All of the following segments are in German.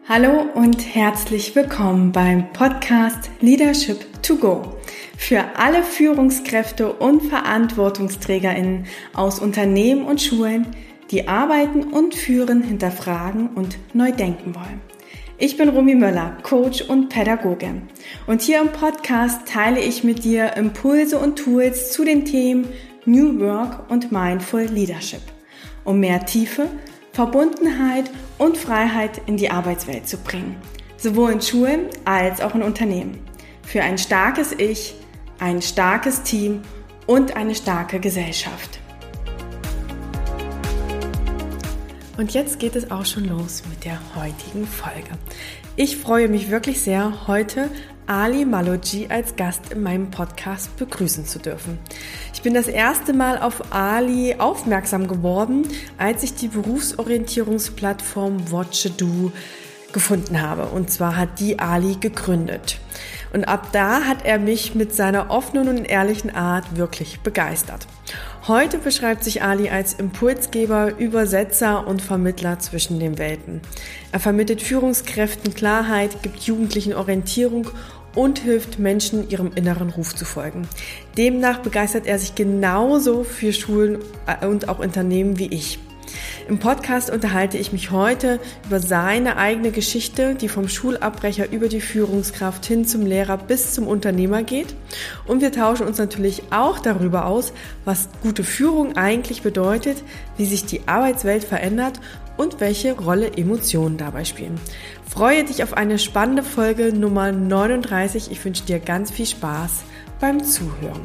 Hallo und herzlich willkommen beim Podcast Leadership to Go für alle Führungskräfte und VerantwortungsträgerInnen aus Unternehmen und Schulen, die Arbeiten und Führen hinterfragen und neu denken wollen. Ich bin Romy Möller, Coach und Pädagoge. Und hier im Podcast teile ich mit dir Impulse und Tools zu den Themen New Work und Mindful Leadership, um mehr Tiefe, Verbundenheit und Freiheit in die Arbeitswelt zu bringen, sowohl in Schulen als auch in Unternehmen. Für ein starkes Ich, ein starkes Team und eine starke Gesellschaft. Und jetzt geht es auch schon los mit der heutigen Folge. Ich freue mich wirklich sehr, heute Ali Maloji als Gast in meinem Podcast begrüßen zu dürfen. Ich bin das erste Mal auf Ali aufmerksam geworden, als ich die Berufsorientierungsplattform Watch-a-Do gefunden habe. Und zwar hat die Ali gegründet. Und ab da hat er mich mit seiner offenen und ehrlichen Art wirklich begeistert. Heute beschreibt sich Ali als Impulsgeber, Übersetzer und Vermittler zwischen den Welten. Er vermittelt Führungskräften Klarheit, gibt Jugendlichen Orientierung und hilft Menschen, ihrem inneren Ruf zu folgen. Demnach begeistert er sich genauso für Schulen und auch Unternehmen wie ich. Im Podcast unterhalte ich mich heute über seine eigene Geschichte, die vom Schulabbrecher über die Führungskraft hin zum Lehrer bis zum Unternehmer geht. Und wir tauschen uns natürlich auch darüber aus, was gute Führung eigentlich bedeutet, wie sich die Arbeitswelt verändert und welche Rolle Emotionen dabei spielen. Freue dich auf eine spannende Folge Nummer 39. Ich wünsche dir ganz viel Spaß beim Zuhören.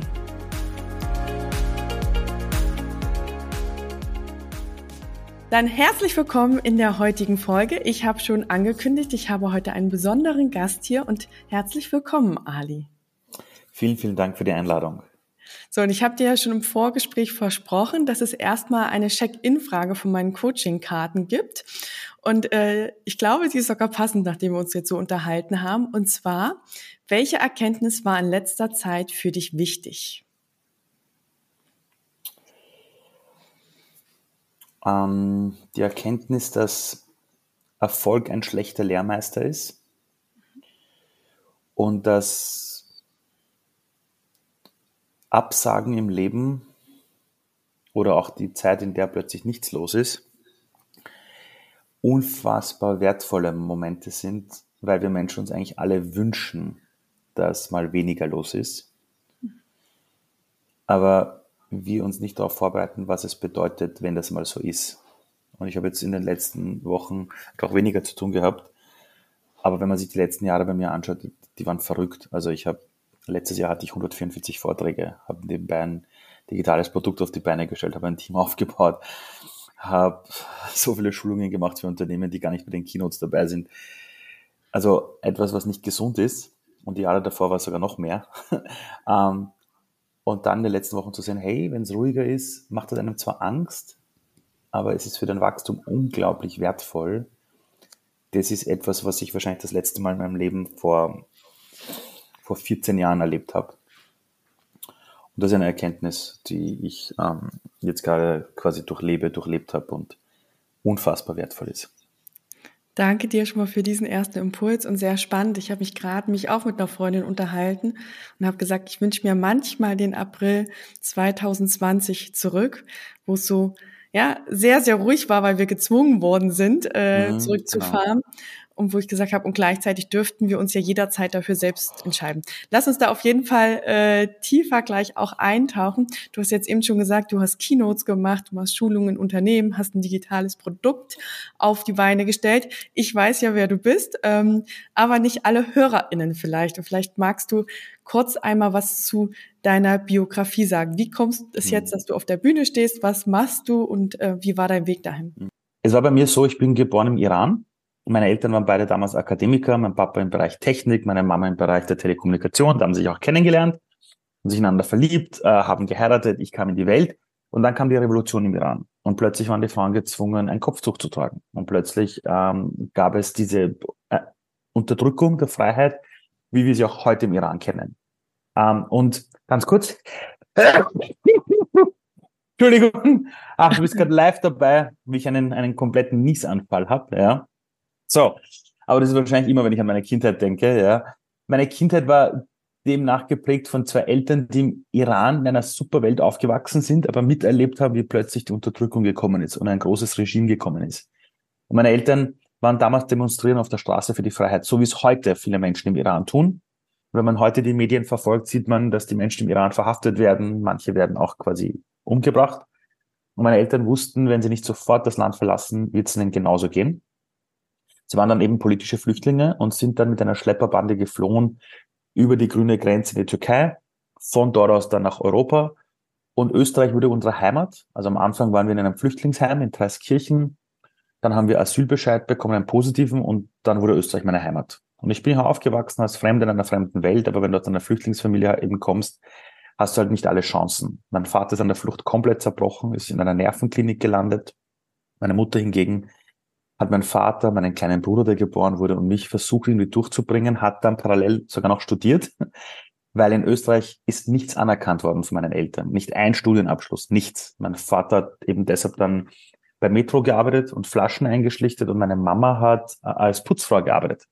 Dann herzlich willkommen in der heutigen Folge. Ich habe schon angekündigt, ich habe heute einen besonderen Gast hier und herzlich willkommen, Ali. Vielen, vielen Dank für die Einladung. So, und ich habe dir ja schon im Vorgespräch versprochen, dass es erstmal eine Check-in-Frage von meinen Coaching-Karten gibt. Und ich glaube, sie ist sogar passend, nachdem wir uns jetzt so unterhalten haben. Und zwar, welche Erkenntnis war in letzter Zeit für dich wichtig? Die Erkenntnis, dass Erfolg ein schlechter Lehrmeister ist und dass Absagen im Leben oder auch die Zeit, in der plötzlich nichts los ist, unfassbar wertvolle Momente sind, weil wir Menschen uns eigentlich alle wünschen, dass mal weniger los ist. Aber wir uns nicht darauf vorbereiten, was es bedeutet, wenn das mal so ist. Und ich habe jetzt in den letzten Wochen auch weniger zu tun gehabt. Aber wenn man sich die letzten Jahre bei mir anschaut, die waren verrückt. Also letztes Jahr hatte ich 144 Vorträge, habe nebenbei ein digitales Produkt auf die Beine gestellt, habe ein Team aufgebaut, habe so viele Schulungen gemacht für Unternehmen, die gar nicht bei den Keynotes dabei sind. Also etwas, was nicht gesund ist. Und die Jahre davor war es sogar noch mehr. Und dann in den letzten Wochen zu sehen, hey, wenn es ruhiger ist, macht das einem zwar Angst, aber es ist für dein Wachstum unglaublich wertvoll. Das ist etwas, was ich wahrscheinlich das letzte Mal in meinem Leben vor 14 Jahren erlebt habe. Und das ist eine Erkenntnis, die ich jetzt gerade quasi durchlebt habe und unfassbar wertvoll ist. Danke dir schon mal für diesen ersten Impuls und sehr spannend. Ich habe mich auch mit einer Freundin unterhalten und habe gesagt, ich wünsche mir manchmal den April 2020 zurück, wo es so sehr, sehr ruhig war, weil wir gezwungen worden sind, zurückzufahren. Genau. Und wo ich gesagt habe, und gleichzeitig dürften wir uns ja jederzeit dafür selbst entscheiden. Lass uns da auf jeden Fall tiefer gleich auch eintauchen. Du hast jetzt eben schon gesagt, du hast Keynotes gemacht, du machst Schulungen in Unternehmen, hast ein digitales Produkt auf die Beine gestellt. Ich weiß ja, wer du bist, aber nicht alle HörerInnen vielleicht. Und vielleicht magst du kurz einmal was zu deiner Biografie sagen. Wie kommst es jetzt, dass du auf der Bühne stehst? Was machst du und wie war dein Weg dahin? Es war bei mir so, ich bin geboren im Iran. Meine Eltern waren beide damals Akademiker, mein Papa im Bereich Technik, meine Mama im Bereich der Telekommunikation. Da haben sie sich auch kennengelernt, haben sich einander verliebt, haben geheiratet, ich kam in die Welt und dann kam die Revolution im Iran. Und plötzlich waren die Frauen gezwungen, ein Kopftuch zu tragen. Und plötzlich gab es diese Unterdrückung der Freiheit, wie wir sie auch heute im Iran kennen. Und ganz kurz, Entschuldigung, du bist gerade live dabei, wie ich einen kompletten Niesanfall habe, ja. So, Aber das ist wahrscheinlich immer, wenn ich an meine Kindheit denke, ja. Meine Kindheit war demnach geprägt von zwei Eltern, die im Iran in einer super Welt aufgewachsen sind, aber miterlebt haben, wie plötzlich die Unterdrückung gekommen ist und ein großes Regime gekommen ist. Und meine Eltern waren damals demonstrieren auf der Straße für die Freiheit, so wie es heute viele Menschen im Iran tun. Wenn man heute die Medien verfolgt, sieht man, dass die Menschen im Iran verhaftet werden. Manche werden auch quasi umgebracht. Und meine Eltern wussten, wenn sie nicht sofort das Land verlassen, wird es ihnen genauso gehen. Sie waren dann eben politische Flüchtlinge und sind dann mit einer Schlepperbande geflohen über die grüne Grenze in die Türkei, von dort aus dann nach Europa. Und Österreich wurde unsere Heimat. Also am Anfang waren wir in einem Flüchtlingsheim in Dreiskirchen. Dann haben wir Asylbescheid bekommen, einen positiven, und dann wurde Österreich meine Heimat. Und ich bin hier aufgewachsen als Fremder in einer fremden Welt, aber wenn du aus einer Flüchtlingsfamilie eben kommst, hast du halt nicht alle Chancen. Mein Vater ist an der Flucht komplett zerbrochen, ist in einer Nervenklinik gelandet. Meine Mutter hingegen hat meinen Vater, meinen kleinen Bruder, der geboren wurde, und mich versucht, irgendwie durchzubringen, hat dann parallel sogar noch studiert, weil in Österreich ist nichts anerkannt worden von meinen Eltern. Nicht ein Studienabschluss, nichts. Mein Vater hat eben deshalb dann bei Metro gearbeitet und Flaschen eingeschlichtet, und meine Mama hat als Putzfrau gearbeitet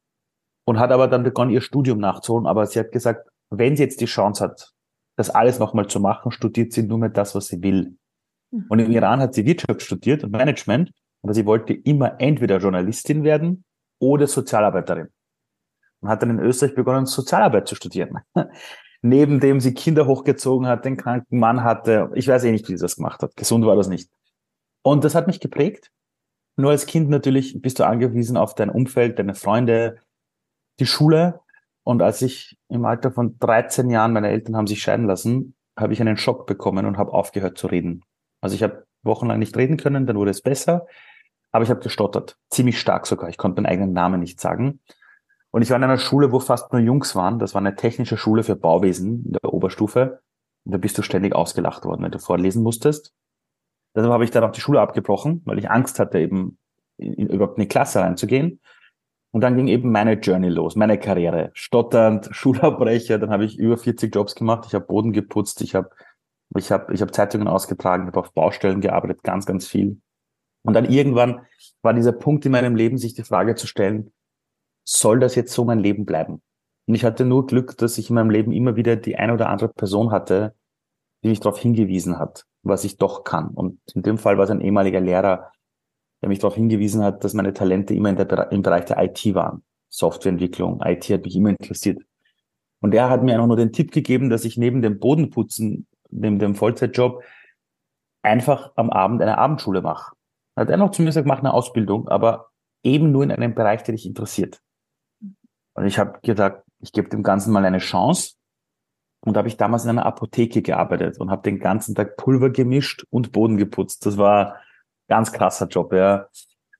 und hat aber dann begonnen, ihr Studium nachzuholen. Aber sie hat gesagt, wenn sie jetzt die Chance hat, das alles nochmal zu machen, studiert sie nur mehr das, was sie will. Und im Iran hat sie Wirtschaft studiert und Management, aber sie wollte immer entweder Journalistin werden oder Sozialarbeiterin. Und hat dann in Österreich begonnen, Sozialarbeit zu studieren. Neben dem sie Kinder hochgezogen hat, den kranken Mann hatte. Ich weiß eh nicht, wie sie das gemacht hat. Gesund war das nicht. Und das hat mich geprägt. Nur als Kind natürlich bist du angewiesen auf dein Umfeld, deine Freunde, die Schule. Und als ich im Alter von 13 Jahren, meine Eltern haben sich scheiden lassen, habe ich einen Schock bekommen und habe aufgehört zu reden. Also ich habe wochenlang nicht reden können, dann wurde es besser. Aber ich habe gestottert. Ziemlich stark sogar. Ich konnte meinen eigenen Namen nicht sagen. Und ich war in einer Schule, wo fast nur Jungs waren. Das war eine technische Schule für Bauwesen in der Oberstufe. Und da bist du ständig ausgelacht worden, wenn du vorlesen musstest. Deshalb habe ich dann auch die Schule abgebrochen, weil ich Angst hatte, eben überhaupt in die Klasse reinzugehen. Und dann ging eben meine Journey los, meine Karriere. Stotternd, Schulabbrecher, dann habe ich über 40 Jobs gemacht. Ich habe Boden geputzt, ich habe Zeitungen ausgetragen, ich habe auf Baustellen gearbeitet, ganz, ganz viel. Und dann irgendwann war dieser Punkt in meinem Leben, sich die Frage zu stellen, soll das jetzt so mein Leben bleiben? Und ich hatte nur Glück, dass ich in meinem Leben immer wieder die eine oder andere Person hatte, die mich darauf hingewiesen hat, was ich doch kann. Und in dem Fall war es ein ehemaliger Lehrer, der mich darauf hingewiesen hat, dass meine Talente immer im Bereich der IT waren. Softwareentwicklung, IT hat mich immer interessiert. Und er hat mir einfach nur den Tipp gegeben, dass ich neben dem Bodenputzen, neben dem Vollzeitjob, einfach am Abend eine Abendschule mache. Hat er noch zu mir gesagt, mach eine Ausbildung, aber eben nur in einem Bereich, der dich interessiert. Und ich habe gedacht, ich gebe dem Ganzen mal eine Chance. Und da habe ich damals in einer Apotheke gearbeitet und habe den ganzen Tag Pulver gemischt und Boden geputzt. Das war ein ganz krasser Job, ja.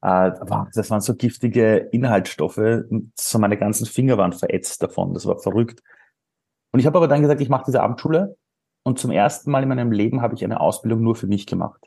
Das waren so giftige Inhaltsstoffe. So meine ganzen Finger waren verätzt davon. Das war verrückt. Und ich habe aber dann gesagt, ich mache diese Abendschule. Und zum ersten Mal in meinem Leben habe ich eine Ausbildung nur für mich gemacht.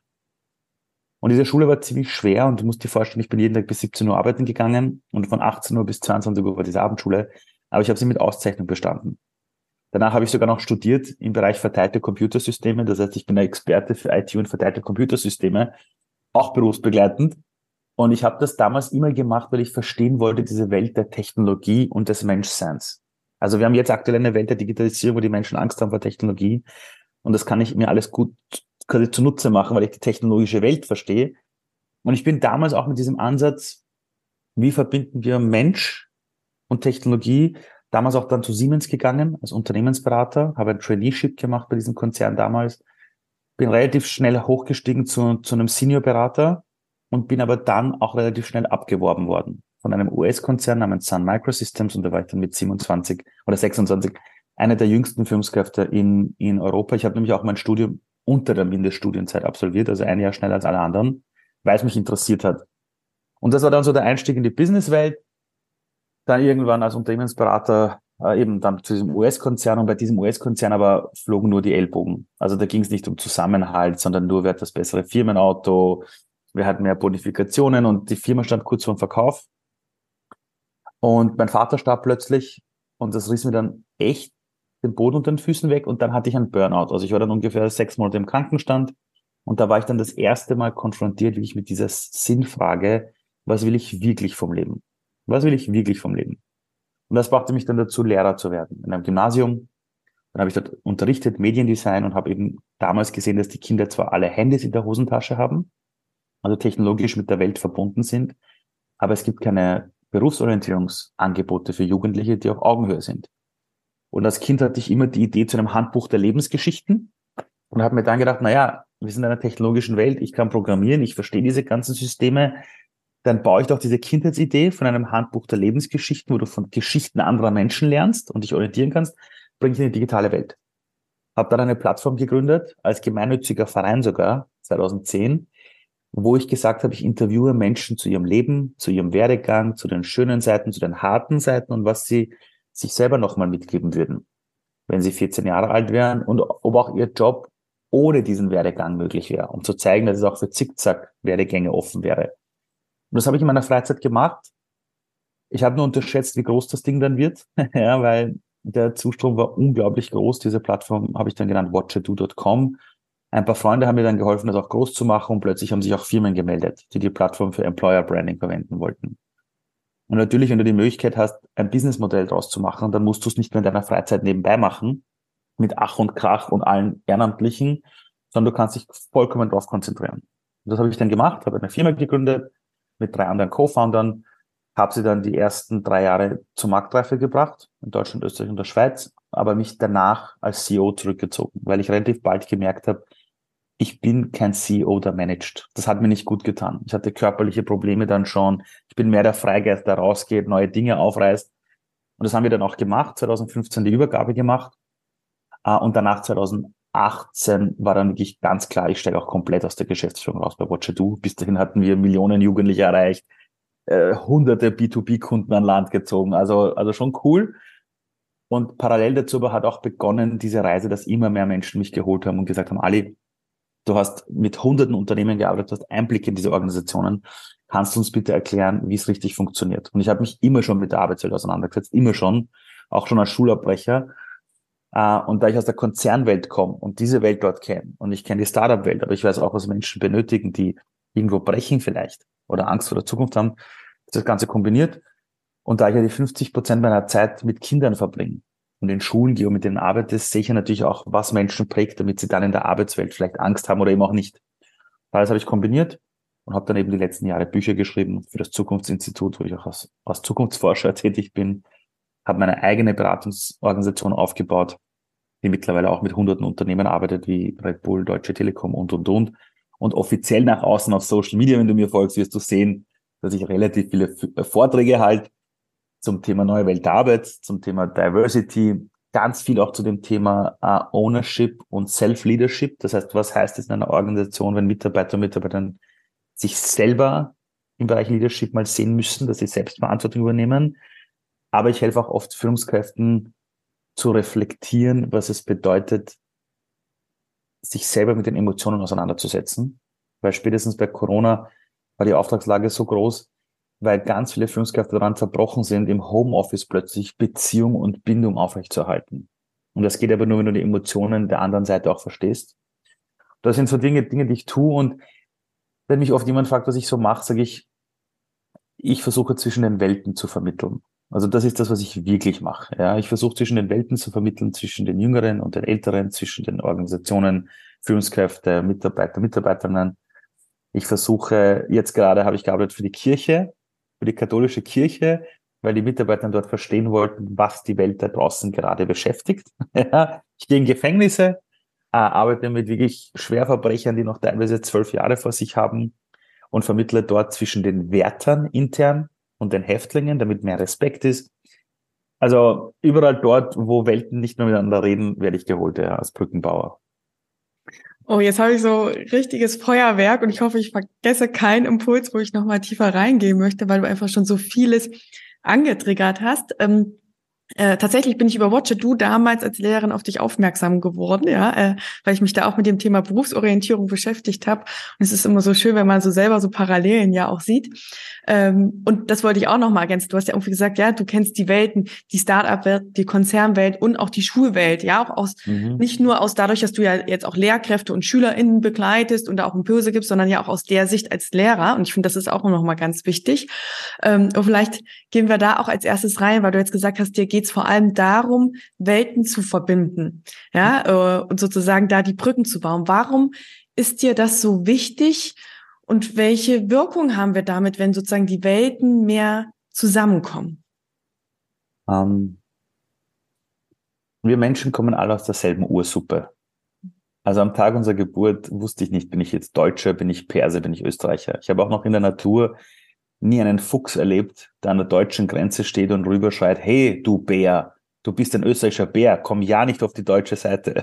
Und diese Schule war ziemlich schwer, und du musst dir vorstellen, ich bin jeden Tag bis 17 Uhr arbeiten gegangen und von 18 Uhr bis 22 Uhr war diese Abendschule. Aber ich habe sie mit Auszeichnung bestanden. Danach habe ich sogar noch studiert im Bereich verteilte Computersysteme. Das heißt, ich bin der Experte für IT und verteilte Computersysteme, auch berufsbegleitend. Und ich habe das damals immer gemacht, weil ich verstehen wollte, diese Welt der Technologie und des Menschseins. Also wir haben jetzt aktuell eine Welt der Digitalisierung, wo die Menschen Angst haben vor Technologie. Und das kann ich mir alles gut quasi zunutze machen, weil ich die technologische Welt verstehe. Und ich bin damals auch mit diesem Ansatz, wie verbinden wir Mensch und Technologie, damals auch dann zu Siemens gegangen als Unternehmensberater, habe ein Traineeship gemacht bei diesem Konzern damals, bin relativ schnell hochgestiegen zu einem Seniorberater und bin aber dann auch relativ schnell abgeworben worden von einem US-Konzern namens Sun Microsystems, und da war ich dann mit 27 oder 26 einer der jüngsten Führungskräfte in Europa. Ich habe nämlich auch mein Studium unter der Mindeststudienzeit absolviert, also ein Jahr schneller als alle anderen, weil es mich interessiert hat. Und das war dann so der Einstieg in die Businesswelt. Dann irgendwann als Unternehmensberater eben dann zu diesem US-Konzern, und bei diesem US-Konzern aber flogen nur die Ellbogen. Also da ging es nicht um Zusammenhalt, sondern nur, wer hat das bessere Firmenauto, wer hat mehr Bonifikationen, und die Firma stand kurz vorm Verkauf. Und mein Vater starb plötzlich, und das riss mir dann echt den Boden unter den Füßen weg, und dann hatte ich einen Burnout. Also ich war dann ungefähr 6 Monate im Krankenstand, und da war ich dann das erste Mal konfrontiert, wie ich mit dieser Sinnfrage, was will ich wirklich vom Leben? Was will ich wirklich vom Leben? Und das brachte mich dann dazu, Lehrer zu werden in einem Gymnasium. Dann habe ich dort unterrichtet, Mediendesign, und habe eben damals gesehen, dass die Kinder zwar alle Handys in der Hosentasche haben, also technologisch mit der Welt verbunden sind, aber es gibt keine Berufsorientierungsangebote für Jugendliche, die auf Augenhöhe sind. Und als Kind hatte ich immer die Idee zu einem Handbuch der Lebensgeschichten und habe mir dann gedacht, naja, wir sind in einer technologischen Welt, ich kann programmieren, ich verstehe diese ganzen Systeme, dann baue ich doch diese Kindheitsidee von einem Handbuch der Lebensgeschichten, wo du von Geschichten anderer Menschen lernst und dich orientieren kannst, bringe ich in die digitale Welt. Habe dann eine Plattform gegründet, als gemeinnütziger Verein sogar, 2010, wo ich gesagt habe, ich interviewe Menschen zu ihrem Leben, zu ihrem Werdegang, zu den schönen Seiten, zu den harten Seiten und was sie sich selber nochmal mitgeben würden, wenn sie 14 Jahre alt wären und ob auch ihr Job ohne diesen Werdegang möglich wäre, um zu zeigen, dass es auch für Zickzack-Werdegänge offen wäre. Und das habe ich in meiner Freizeit gemacht. Ich habe nur unterschätzt, wie groß das Ding dann wird, ja, weil der Zustrom war unglaublich groß. Diese Plattform habe ich dann genannt watchado.com. Ein paar Freunde haben mir dann geholfen, das auch groß zu machen, und plötzlich haben sich auch Firmen gemeldet, die die Plattform für Employer Branding verwenden wollten. Und natürlich, wenn du die Möglichkeit hast, ein Businessmodell draus zu machen, dann musst du es nicht mehr in deiner Freizeit nebenbei machen, mit Ach und Krach und allen Ehrenamtlichen, sondern du kannst dich vollkommen darauf konzentrieren. Und das habe ich dann gemacht, habe eine Firma gegründet mit 3 anderen Co-Foundern, habe sie dann die ersten 3 Jahre zur Marktreife gebracht, in Deutschland, Österreich und der Schweiz, aber mich danach als CEO zurückgezogen, weil ich relativ bald gemerkt habe, ich bin kein CEO, der managt. Das hat mir nicht gut getan. Ich hatte körperliche Probleme dann schon. Ich bin mehr der Freigeist, der rausgeht, neue Dinge aufreißt. Und das haben wir dann auch gemacht, 2015 die Übergabe gemacht. Und danach 2018 war dann wirklich ganz klar, ich steige auch komplett aus der Geschäftsführung raus bei Watchado. Bis dahin hatten wir Millionen Jugendliche erreicht, hunderte B2B-Kunden an Land gezogen. Also schon cool. Und parallel dazu aber hat auch begonnen diese Reise, dass immer mehr Menschen mich geholt haben und gesagt haben, Ali, du hast mit hunderten Unternehmen gearbeitet, du hast Einblick in diese Organisationen. Kannst du uns bitte erklären, wie es richtig funktioniert? Und ich habe mich immer schon mit der Arbeitswelt auseinandergesetzt, immer schon, auch schon als Schulabbrecher. Und da ich aus der Konzernwelt komme und diese Welt dort kenne, und ich kenne die Startup-Welt, aber ich weiß auch, was Menschen benötigen, die irgendwo brechen vielleicht oder Angst vor der Zukunft haben, ist das Ganze kombiniert. Und da ich ja die 50% meiner Zeit mit Kindern verbringe und in Schulen gehe und mit denen arbeite, sehe ich ja natürlich auch, was Menschen prägt, damit sie dann in der Arbeitswelt vielleicht Angst haben oder eben auch nicht. Das habe ich kombiniert und habe dann eben die letzten Jahre Bücher geschrieben für das Zukunftsinstitut, wo ich auch als Zukunftsforscher tätig bin, habe meine eigene Beratungsorganisation aufgebaut, die mittlerweile auch mit hunderten Unternehmen arbeitet, wie Red Bull, Deutsche Telekom und. Und offiziell nach außen auf Social Media, wenn du mir folgst, wirst du sehen, dass ich relativ viele Vorträge halte zum Thema neue Welt der Arbeit, zum Thema Diversity, ganz viel auch zu dem Thema Ownership und Self-Leadership. Das heißt, was heißt es in einer Organisation, wenn Mitarbeiter und Mitarbeiterinnen sich selber im Bereich Leadership mal sehen müssen, dass sie selbst Verantwortung übernehmen. Aber ich helfe auch oft Führungskräften zu reflektieren, was es bedeutet, sich selber mit den Emotionen auseinanderzusetzen. Weil spätestens bei Corona war die Auftragslage so groß, weil ganz viele Führungskräfte daran zerbrochen sind, im Homeoffice plötzlich Beziehung und Bindung aufrechtzuerhalten. Und das geht aber nur, wenn du die Emotionen der anderen Seite auch verstehst. Das sind so Dinge, die ich tue. Und wenn mich oft jemand fragt, was ich so mache, sage ich versuche zwischen den Welten zu vermitteln. Also das ist das, was ich wirklich mache. Ja, ich versuche zwischen den Welten zu vermitteln, zwischen den Jüngeren und den Älteren, zwischen den Organisationen, Führungskräfte, Mitarbeiter, Mitarbeiterinnen. Ich versuche, jetzt gerade habe ich gearbeitet für die Kirche, für die katholische Kirche, weil die Mitarbeiter dort verstehen wollten, was die Welt da draußen gerade beschäftigt. Ja, ich gehe in Gefängnisse, arbeite mit wirklich Schwerverbrechern, die noch teilweise 12 Jahre vor sich haben, und vermittle dort zwischen den Wärtern intern und den Häftlingen, damit mehr Respekt ist. Also überall dort, wo Welten nicht mehr miteinander reden, werde ich geholt, ja, als Brückenbauer. Oh, jetzt habe ich so richtiges Feuerwerk und ich hoffe, ich vergesse keinen Impuls, wo ich nochmal tiefer reingehen möchte, weil du einfach schon so vieles angetriggert hast. Tatsächlich bin ich über Watcha-Do damals als Lehrerin auf dich aufmerksam geworden, weil ich mich da auch mit dem Thema Berufsorientierung beschäftigt habe. Und es ist immer so schön, wenn man so selber so Parallelen ja auch sieht. Und das wollte ich auch noch mal ergänzen. Du hast ja irgendwie gesagt, ja, du kennst die Welten, die Start-up-Welt, die Konzernwelt und auch die Schulwelt, ja, auch nicht nur aus dadurch, dass du ja jetzt auch Lehrkräfte und SchülerInnen begleitest und da auch Impulse gibst, sondern ja auch aus der Sicht als Lehrer. Und ich finde, das ist auch noch mal ganz wichtig. Und vielleicht gehen wir da auch als erstes rein, weil du jetzt gesagt hast, dir geht es vor allem darum, Welten zu verbinden, und sozusagen da die Brücken zu bauen. Warum ist dir das so wichtig und welche Wirkung haben wir damit, wenn sozusagen die Welten mehr zusammenkommen? Wir Menschen kommen alle aus derselben Ursuppe. Also am Tag unserer Geburt wusste ich nicht, bin ich jetzt Deutscher, bin ich Perser, bin ich Österreicher. Ich habe auch noch in der Natur nie einen Fuchs erlebt, der an der deutschen Grenze steht und rüberschreit, hey, du Bär, du bist ein österreichischer Bär, komm ja nicht auf die deutsche Seite.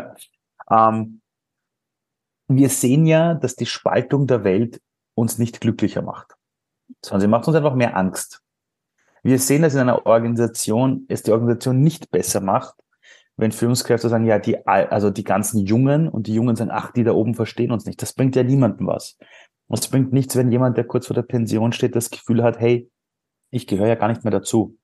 Wir sehen ja, dass die Spaltung der Welt uns nicht glücklicher macht, sondern sie macht uns einfach mehr Angst. Wir sehen, dass in einer Organisation es die Organisation nicht besser macht, wenn Führungskräfte sagen, ja, die ganzen Jungen und die Jungen sagen, ach, die da oben verstehen uns nicht. Das bringt ja niemandem was. Und es bringt nichts, wenn jemand, der kurz vor der Pension steht, das Gefühl hat, hey, ich gehöre ja gar nicht mehr dazu.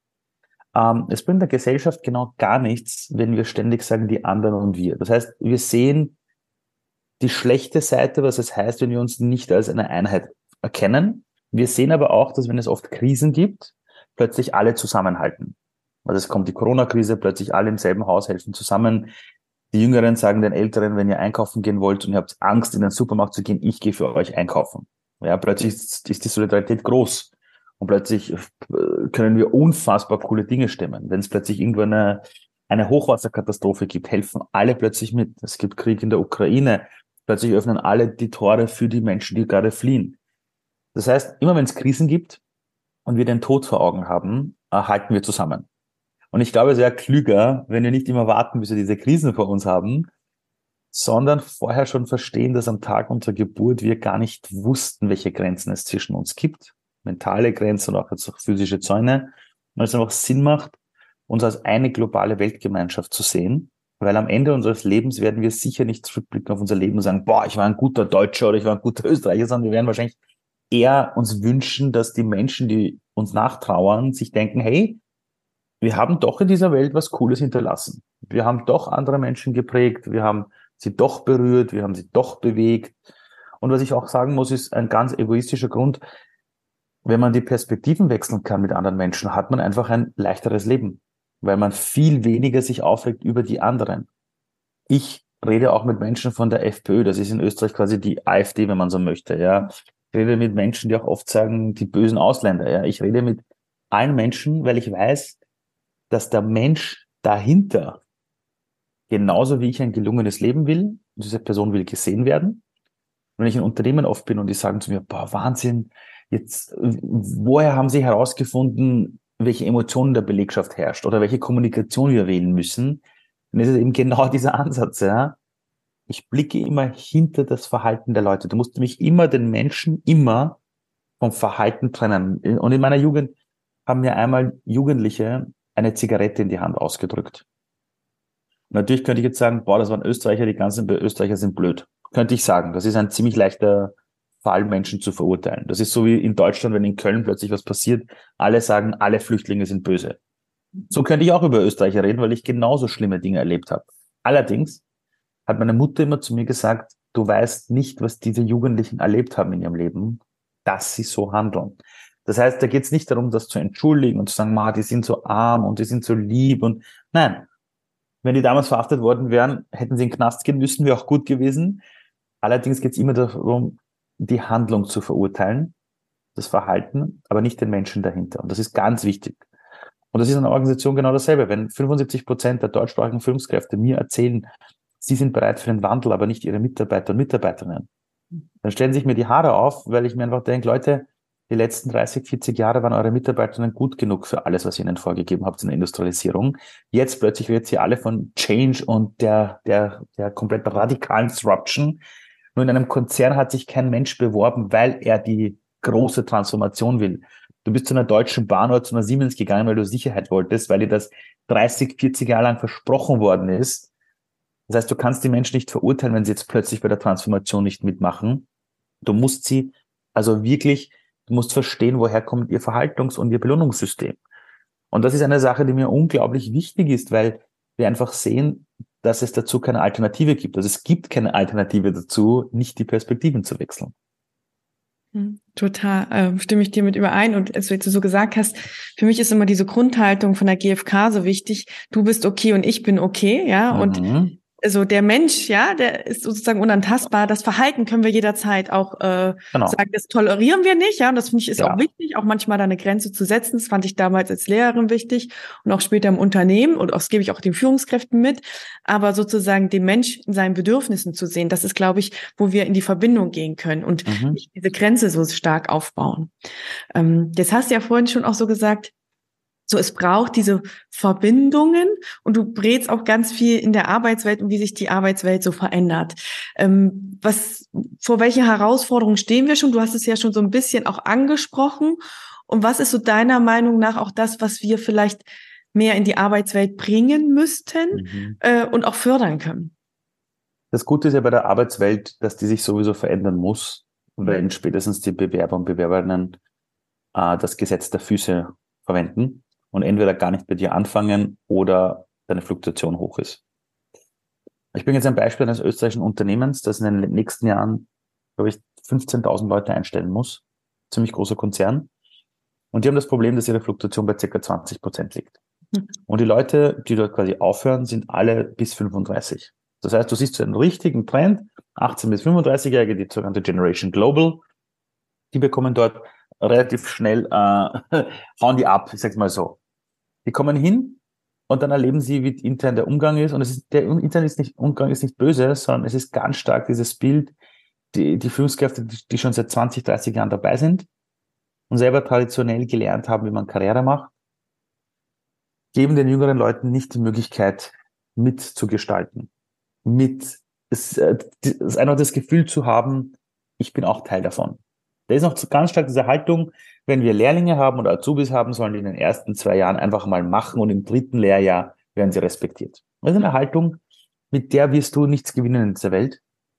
Es bringt der Gesellschaft genau gar nichts, wenn wir ständig sagen, die anderen und wir. Das heißt, wir sehen die schlechte Seite, was es heißt, wenn wir uns nicht als eine Einheit erkennen. Wir sehen aber auch, dass wenn es oft Krisen gibt, plötzlich alle zusammenhalten. Also es kommt die Corona-Krise, plötzlich alle im selben Haus helfen zusammen. Die Jüngeren sagen den Älteren, wenn ihr einkaufen gehen wollt und ihr habt Angst, in den Supermarkt zu gehen, ich gehe für euch einkaufen. Ja, plötzlich ist die Solidarität groß. Und plötzlich können wir unfassbar coole Dinge stemmen. Wenn es plötzlich irgendwo eine Hochwasserkatastrophe gibt, helfen alle plötzlich mit. Es gibt Krieg in der Ukraine. Plötzlich öffnen alle die Tore für die Menschen, die gerade fliehen. Das heißt, immer wenn es Krisen gibt und wir den Tod vor Augen haben, halten wir zusammen. Und ich glaube, es wäre klüger, wenn wir nicht immer warten, bis wir diese Krisen vor uns haben, sondern vorher schon verstehen, dass am Tag unserer Geburt wir gar nicht wussten, welche Grenzen es zwischen uns gibt. Mentale Grenzen und auch jetzt auch physische Zäune. Und es einfach Sinn macht, uns als eine globale Weltgemeinschaft zu sehen. Weil am Ende unseres Lebens werden wir sicher nicht zurückblicken auf unser Leben und sagen, boah, ich war ein guter Deutscher oder ich war ein guter Österreicher, sondern wir werden wahrscheinlich eher uns wünschen, dass die Menschen, die uns nachtrauern, sich denken, hey, wir haben doch in dieser Welt was Cooles hinterlassen. Wir haben doch andere Menschen geprägt, wir haben sie doch berührt, wir haben sie doch bewegt. Und was ich auch sagen muss, ist ein ganz egoistischer Grund. Wenn man die Perspektiven wechseln kann mit anderen Menschen, hat man einfach ein leichteres Leben, weil man viel weniger sich aufregt über die anderen. Ich rede auch mit Menschen von der FPÖ, das ist in Österreich quasi die AfD, wenn man so möchte, ja. Ich rede mit Menschen, die auch oft sagen, die bösen Ausländer, ja. Ich rede mit allen Menschen, weil ich weiß, dass der Mensch dahinter genauso wie ich ein gelungenes Leben will, und diese Person will gesehen werden. Wenn ich in Unternehmen oft bin und die sagen zu mir, boah, Wahnsinn, jetzt, woher haben Sie herausgefunden, welche Emotionen der Belegschaft herrscht oder welche Kommunikation wir wählen müssen? Dann ist es eben genau dieser Ansatz, ja. Ich blicke immer hinter das Verhalten der Leute. Du musst nämlich immer den Menschen immer vom Verhalten trennen. Und in meiner Jugend haben mir einmal Jugendliche eine Zigarette in die Hand ausgedrückt. Und natürlich könnte ich jetzt sagen, boah, das waren Österreicher, die ganzen Österreicher sind blöd. Könnte ich sagen. Das ist ein ziemlich leichter Fall, Menschen zu verurteilen. Das ist so wie in Deutschland, wenn in Köln plötzlich was passiert, alle sagen, alle Flüchtlinge sind böse. So könnte ich auch über Österreicher reden, weil ich genauso schlimme Dinge erlebt habe. Allerdings hat meine Mutter immer zu mir gesagt, du weißt nicht, was diese Jugendlichen erlebt haben in ihrem Leben, dass sie so handeln. Das heißt, da geht es nicht darum, das zu entschuldigen und zu sagen, die sind so arm und die sind so lieb und nein. Wenn die damals verhaftet worden wären, hätten sie in den Knast gehen müssen, wäre auch gut gewesen. Allerdings geht es immer darum, die Handlung zu verurteilen, das Verhalten, aber nicht den Menschen dahinter. Und das ist ganz wichtig. Und das ist in einer Organisation genau dasselbe. Wenn 75% der deutschsprachigen Führungskräfte mir erzählen, sie sind bereit für den Wandel, aber nicht ihre Mitarbeiter und Mitarbeiterinnen, dann stellen sich mir die Haare auf, weil ich mir einfach denke, Leute, die letzten 30, 40 Jahre waren eure Mitarbeiterinnen gut genug für alles, was ihr ihnen vorgegeben habt in der Industrialisierung. Jetzt plötzlich redet sie alle von Change und der komplett radikalen Disruption. Nur in einem Konzern hat sich kein Mensch beworben, weil er die große Transformation will. Du bist zu einer Deutschen Bahn oder zu einer Siemens gegangen, weil du Sicherheit wolltest, weil dir das 30, 40 Jahre lang versprochen worden ist. Das heißt, du kannst die Menschen nicht verurteilen, wenn sie jetzt plötzlich bei der Transformation nicht mitmachen. Du musst sie also wirklich, du musst verstehen, woher kommt ihr Verhaltungs- und ihr Belohnungssystem. Und das ist eine Sache, die mir unglaublich wichtig ist, weil wir einfach sehen, dass es dazu keine Alternative gibt. Also es gibt keine Alternative dazu, nicht die Perspektiven zu wechseln. Total, stimme ich dir mit überein. Und als du jetzt so gesagt hast, für mich ist immer diese Grundhaltung von der GfK so wichtig. Du bist okay und ich bin okay, ja. Und also der Mensch, ja, der ist sozusagen unantastbar. Das Verhalten können wir jederzeit auch sagen, das tolerieren wir nicht, ja. Und das finde ich ist auch wichtig, auch manchmal da eine Grenze zu setzen. Das fand ich damals als Lehrerin wichtig und auch später im Unternehmen und das gebe ich auch den Führungskräften mit. Aber sozusagen den Mensch in seinen Bedürfnissen zu sehen, das ist, glaube ich, wo wir in die Verbindung gehen können und nicht diese Grenze so stark aufbauen. Jetzt hast du ja vorhin schon auch so gesagt, so, es braucht diese Verbindungen und du berätst auch ganz viel in der Arbeitswelt und wie sich die Arbeitswelt so verändert. Vor welche Herausforderungen stehen wir schon? Du hast es ja schon so ein bisschen auch angesprochen. Und was ist so deiner Meinung nach auch das, was wir vielleicht mehr in die Arbeitswelt bringen müssten und auch fördern können? Das Gute ist ja bei der Arbeitswelt, dass die sich sowieso verändern muss, wenn spätestens die Bewerber und Bewerberinnen das Gesetz der Füße verwenden und entweder gar nicht bei dir anfangen oder deine Fluktuation hoch ist. Ich bin jetzt ein Beispiel eines österreichischen Unternehmens, das in den nächsten Jahren, glaube ich, 15.000 Leute einstellen muss. Ziemlich großer Konzern. Und die haben das Problem, dass ihre Fluktuation bei ca. 20% liegt. Und die Leute, die dort quasi aufhören, sind alle bis 35. Das heißt, du siehst so einen richtigen Trend, 18- bis 35-Jährige, die sogenannte Generation Global, die bekommen dort relativ schnell, hauen die ab, ich sag's mal so. Die kommen hin und dann erleben sie, wie intern der Umgang ist. Und der interne Umgang ist nicht böse, sondern es ist ganz stark dieses Bild, die Führungskräfte, die schon seit 20, 30 Jahren dabei sind und selber traditionell gelernt haben, wie man Karriere macht, geben den jüngeren Leuten nicht die Möglichkeit, mitzugestalten. Einfach das Gefühl zu haben, ich bin auch Teil davon. Da ist noch ganz stark diese Haltung, wenn wir Lehrlinge haben oder Azubis haben, sollen die in den ersten 2 Jahren einfach mal machen und im 3. Lehrjahr werden sie respektiert. Das ist eine Haltung, mit der wirst du nichts gewinnen in dieser Welt.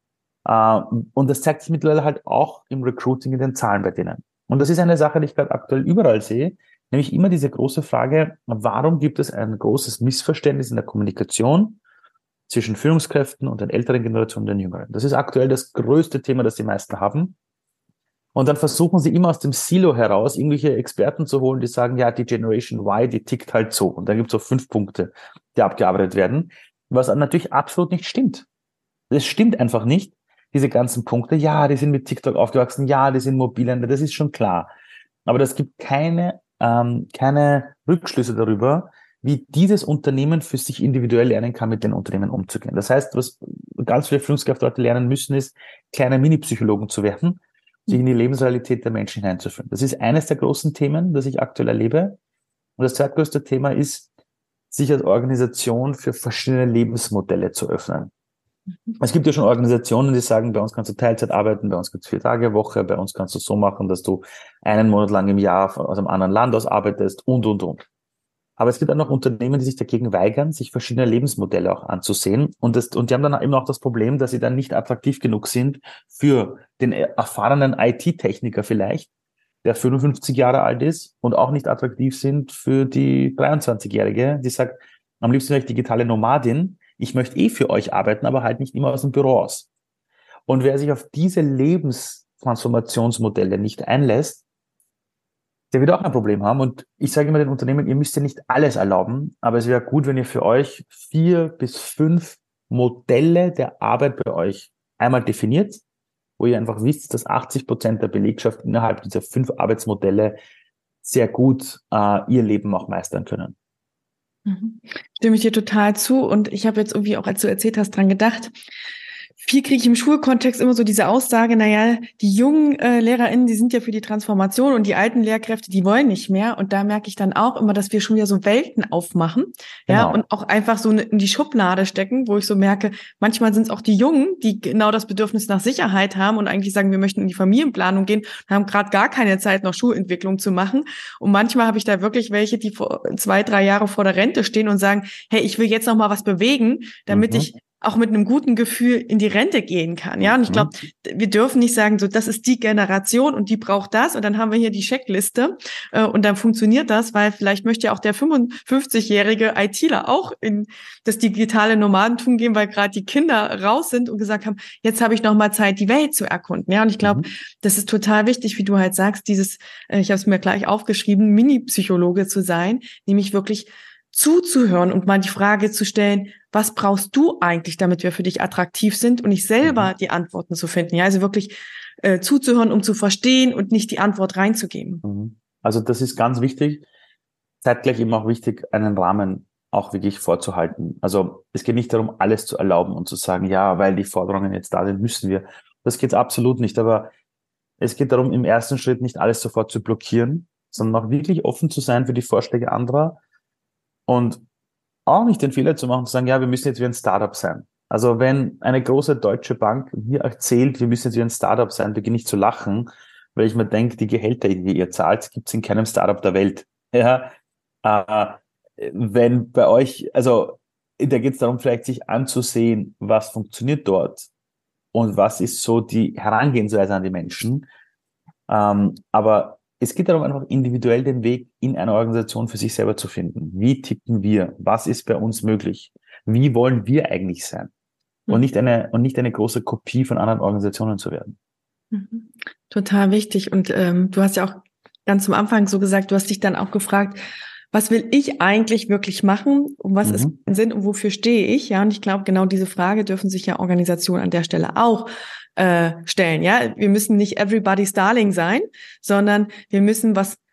Und das zeigt sich mittlerweile halt auch im Recruiting in den Zahlen bei denen. Und das ist eine Sache, die ich gerade aktuell überall sehe, nämlich immer diese große Frage, warum gibt es ein großes Missverständnis in der Kommunikation zwischen Führungskräften und den älteren Generationen und den jüngeren. Das ist aktuell das größte Thema, das die meisten haben. Und dann versuchen sie immer aus dem Silo heraus, irgendwelche Experten zu holen, die sagen, ja, die Generation Y, die tickt halt so. Und dann gibt es so 5 Punkte, die abgearbeitet werden, was natürlich absolut nicht stimmt. Das stimmt einfach nicht, diese ganzen Punkte. Ja, die sind mit TikTok aufgewachsen, ja, die sind Mobilende, das ist schon klar. Aber das gibt keine Rückschlüsse darüber, wie dieses Unternehmen für sich individuell lernen kann, mit den Unternehmen umzugehen. Das heißt, was ganz viele Führungskräfte heute lernen müssen, ist, kleine Mini-Psychologen zu werden, sich in die Lebensrealität der Menschen hineinzuführen. Das ist eines der großen Themen, das ich aktuell erlebe. Und das zweitgrößte Thema ist, sich als Organisation für verschiedene Lebensmodelle zu öffnen. Es gibt ja schon Organisationen, die sagen, bei uns kannst du Teilzeit arbeiten, bei uns gibt es 4-Tage-Woche, bei uns kannst du es so machen, dass du einen Monat lang im Jahr aus einem anderen Land aus arbeitest und. Aber es gibt auch noch Unternehmen, die sich dagegen weigern, sich verschiedene Lebensmodelle auch anzusehen. Und die haben dann eben auch das Problem, dass sie dann nicht attraktiv genug sind für den erfahrenen IT-Techniker vielleicht, der 55 Jahre alt ist, und auch nicht attraktiv sind für die 23-Jährige, die sagt, am liebsten wäre ich digitale Nomadin. Ich möchte für euch arbeiten, aber halt nicht immer aus dem Büro aus. Und wer sich auf diese Lebenstransformationsmodelle nicht einlässt, der wird auch ein Problem haben. Und ich sage immer den Unternehmen, ihr müsst ja nicht alles erlauben, aber es wäre gut, wenn ihr für euch 4 bis 5 Modelle der Arbeit bei euch einmal definiert, wo ihr einfach wisst, dass 80% der Belegschaft innerhalb dieser 5 Arbeitsmodelle sehr gut ihr Leben auch meistern können. Stimme ich dir total zu. Und ich habe jetzt irgendwie auch, als du erzählt hast, dran gedacht, Viel kriege ich im Schulkontext immer so diese Aussage, naja, die jungen LehrerInnen, die sind ja für die Transformation und die alten Lehrkräfte, die wollen nicht mehr. Und da merke ich dann auch immer, dass wir schon wieder so Welten aufmachen, ja, Genau. und auch einfach so in die Schublade stecken, wo ich so merke, manchmal sind es auch die Jungen, die genau das Bedürfnis nach Sicherheit haben und eigentlich sagen, wir möchten in die Familienplanung gehen, haben gerade gar keine Zeit, noch Schulentwicklung zu machen. Und manchmal habe ich da wirklich welche, die vor 2, 3 Jahre vor der Rente stehen und sagen, hey, ich will jetzt noch mal was bewegen, damit ich auch mit einem guten Gefühl in die Rente gehen kann. Ja, und ich glaube, wir dürfen nicht sagen, so, das ist die Generation und die braucht das und dann haben wir hier die Checkliste und dann funktioniert das, weil vielleicht möchte ja auch der 55-jährige ITler auch in das digitale Nomadentum gehen, weil gerade die Kinder raus sind und gesagt haben, jetzt habe ich noch mal Zeit, die Welt zu erkunden. Ja, und ich glaube, das ist total wichtig, wie du halt sagst, dieses, ich habe es mir gleich aufgeschrieben, Mini-Psychologe zu sein, nämlich wirklich zuzuhören und mal die Frage zu stellen, was brauchst du eigentlich, damit wir für dich attraktiv sind und nicht selber die Antworten zu finden. Ja, also wirklich zuzuhören, um zu verstehen und nicht die Antwort reinzugeben. Also das ist ganz wichtig. Zeitgleich eben auch wichtig, einen Rahmen auch wirklich vorzuhalten. Also es geht nicht darum, alles zu erlauben und zu sagen, ja, weil die Forderungen jetzt da sind, müssen wir. Das geht absolut nicht. Aber es geht darum, im ersten Schritt nicht alles sofort zu blockieren, sondern auch wirklich offen zu sein für die Vorschläge anderer und auch nicht den Fehler zu machen, zu sagen, ja, wir müssen jetzt wie ein Startup sein. Also wenn eine große deutsche Bank mir erzählt, wir müssen jetzt wie ein Startup sein, beginne ich zu lachen, weil ich mir denke, die Gehälter, die ihr zahlt, gibt es in keinem Startup der Welt. Ja, wenn bei euch, also da geht es darum, vielleicht sich anzusehen, was funktioniert dort und was ist so die Herangehensweise an die Menschen. Aber es geht darum, einfach individuell den Weg in einer Organisation für sich selber zu finden. Wie ticken wir? Was ist bei uns möglich? Wie wollen wir eigentlich sein? Und nicht eine große Kopie von anderen Organisationen zu werden. Total wichtig. Und du hast ja auch ganz zum Anfang so gesagt, du hast dich dann auch gefragt, was will ich eigentlich wirklich machen? Und was ist mein Sinn und wofür stehe ich? Ja, und ich glaube, genau diese Frage dürfen sich ja Organisationen an der Stelle auch stellen. Ja, wir müssen nicht everybody's darling sein, sondern wir müssen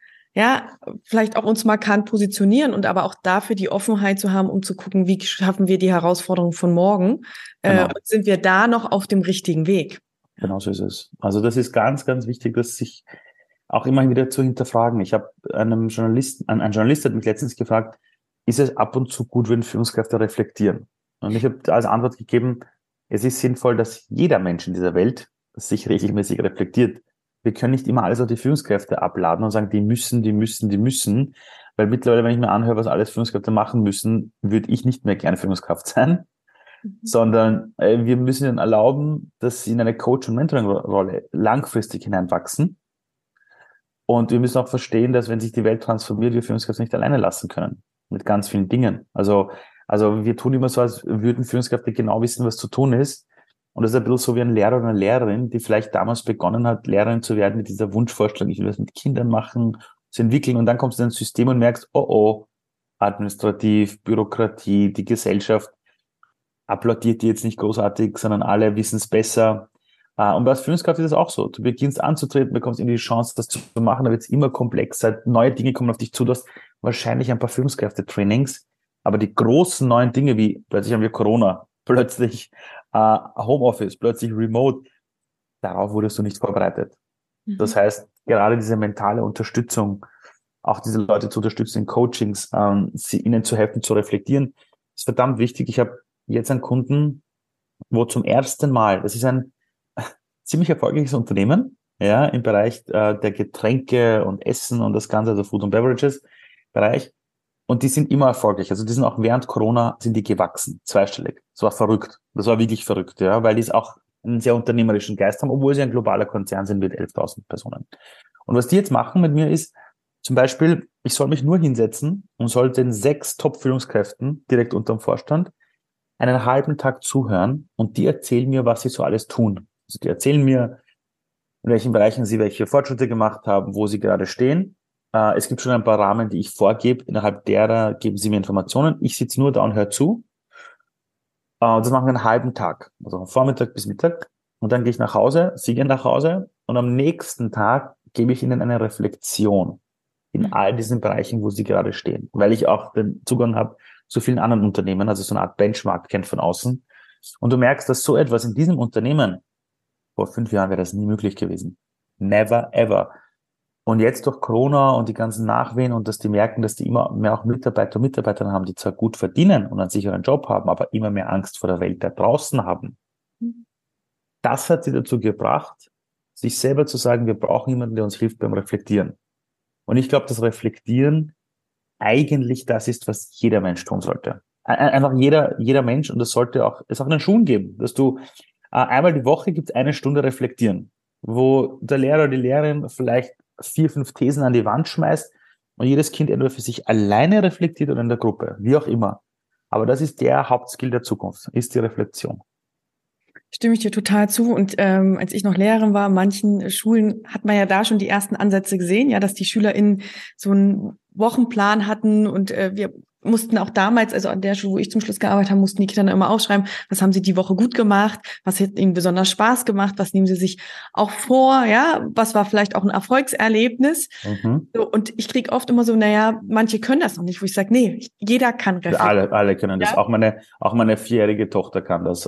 vielleicht auch uns markant positionieren und aber auch dafür die Offenheit zu haben, um zu gucken, wie schaffen wir die Herausforderungen von morgen? Und sind wir da noch auf dem richtigen Weg? Genau so ist es. Also das ist ganz, ganz wichtig, dass sich auch immer wieder zu hinterfragen. Ich habe ein Journalist hat mich letztens gefragt, ist es ab und zu gut, wenn Führungskräfte reflektieren? Und ich habe als Antwort gegeben, es ist sinnvoll, dass jeder Mensch in dieser Welt sich regelmäßig reflektiert. Wir können nicht immer alles auf die Führungskräfte abladen und sagen, die müssen. Weil mittlerweile, wenn ich mir anhöre, was alles Führungskräfte machen müssen, würde ich nicht mehr gerne Führungskraft sein, sondern wir müssen ihnen erlauben, dass sie in eine Coach- und Mentoring-Rolle langfristig hineinwachsen. Und wir müssen auch verstehen, dass wenn sich die Welt transformiert, wir Führungskräfte nicht alleine lassen können mit ganz vielen Dingen. Also wir tun immer so, als würden Führungskräfte genau wissen, was zu tun ist. Und das ist ein bisschen so wie ein Lehrer oder eine Lehrerin, die vielleicht damals begonnen hat, Lehrerin zu werden mit dieser Wunschvorstellung, ich will das mit Kindern machen, zu entwickeln. Und dann kommst du in ein System und merkst, oh, administrativ, Bürokratie, die Gesellschaft applaudiert die jetzt nicht großartig, sondern alle wissen es besser. Und als Führungskraft ist es auch so. Du beginnst anzutreten, bekommst irgendwie die Chance, das zu machen, da wird es immer komplexer. Neue Dinge kommen auf dich zu. Du hast wahrscheinlich ein paar Führungskräfte-Trainings, aber die großen neuen Dinge, wie plötzlich haben wir Corona, plötzlich Homeoffice, plötzlich Remote, darauf wurdest du nicht vorbereitet. Das heißt, gerade diese mentale Unterstützung, auch diese Leute zu unterstützen in Coachings, ihnen zu helfen, zu reflektieren, ist verdammt wichtig. Ich habe jetzt einen Kunden, wo zum ersten Mal, das ist ein ziemlich erfolgreiches Unternehmen, ja, im Bereich der Getränke und Essen und das Ganze, also Food and Beverages Bereich. Und die sind immer erfolgreich. Also die sind auch während Corona sind die gewachsen, zweistellig. Das war verrückt. Das war wirklich verrückt, ja, weil die es auch einen sehr unternehmerischen Geist haben, obwohl sie ein globaler Konzern sind mit 11.000 Personen. Und was die jetzt machen mit mir ist, zum Beispiel, ich soll mich nur hinsetzen und soll den 6 Top-Führungskräften direkt unterm Vorstand einen halben Tag zuhören und die erzählen mir, was sie so alles tun. Also die erzählen mir, in welchen Bereichen sie welche Fortschritte gemacht haben, wo sie gerade stehen. Es gibt schon ein paar Rahmen, die ich vorgebe. Innerhalb derer geben sie mir Informationen. Ich sitze nur da und höre zu. Das machen wir einen halben Tag, also von Vormittag bis Mittag. Und dann gehe ich nach Hause, sie gehen nach Hause und am nächsten Tag gebe ich ihnen eine Reflexion in all diesen Bereichen, wo sie gerade stehen. Weil ich auch den Zugang habe zu vielen anderen Unternehmen, also so eine Art Benchmark kennt von außen. Und du merkst, dass so etwas in diesem Unternehmen, vor 5 Jahren wäre das nie möglich gewesen. Never, ever. Und jetzt durch Corona und die ganzen Nachwehen und dass die merken, dass die immer mehr auch Mitarbeiter und Mitarbeiterinnen haben, die zwar gut verdienen und einen sicheren Job haben, aber immer mehr Angst vor der Welt da draußen haben. Das hat sie dazu gebracht, sich selber zu sagen, wir brauchen jemanden, der uns hilft beim Reflektieren. Und ich glaube, das Reflektieren eigentlich das ist, was jeder Mensch tun sollte. Einfach jeder Mensch, und das sollte auch, es auch in den Schulen geben, dass du einmal die Woche gibt es eine Stunde Reflektieren, wo der Lehrer oder die Lehrerin vielleicht 4, 5 Thesen an die Wand schmeißt und jedes Kind entweder für sich alleine reflektiert oder in der Gruppe, wie auch immer. Aber das ist der Hauptskill der Zukunft, ist die Reflexion. Stimme ich dir total zu. Und als ich noch Lehrerin war, in manchen Schulen hat man ja da schon die ersten Ansätze gesehen, ja, dass die SchülerInnen so einen Wochenplan hatten und wir mussten auch damals, also an der Schule, wo ich zum Schluss gearbeitet habe, mussten die Kinder dann immer aufschreiben, was haben sie die Woche gut gemacht, was hat ihnen besonders Spaß gemacht, was nehmen sie sich auch vor, ja, was war vielleicht auch ein Erfolgserlebnis. So, und ich kriege oft immer so, naja, manche können das noch nicht, wo ich sage, nee, jeder kann reflektieren. Alle können das. Ja? Auch meine 4-jährige Tochter kann das.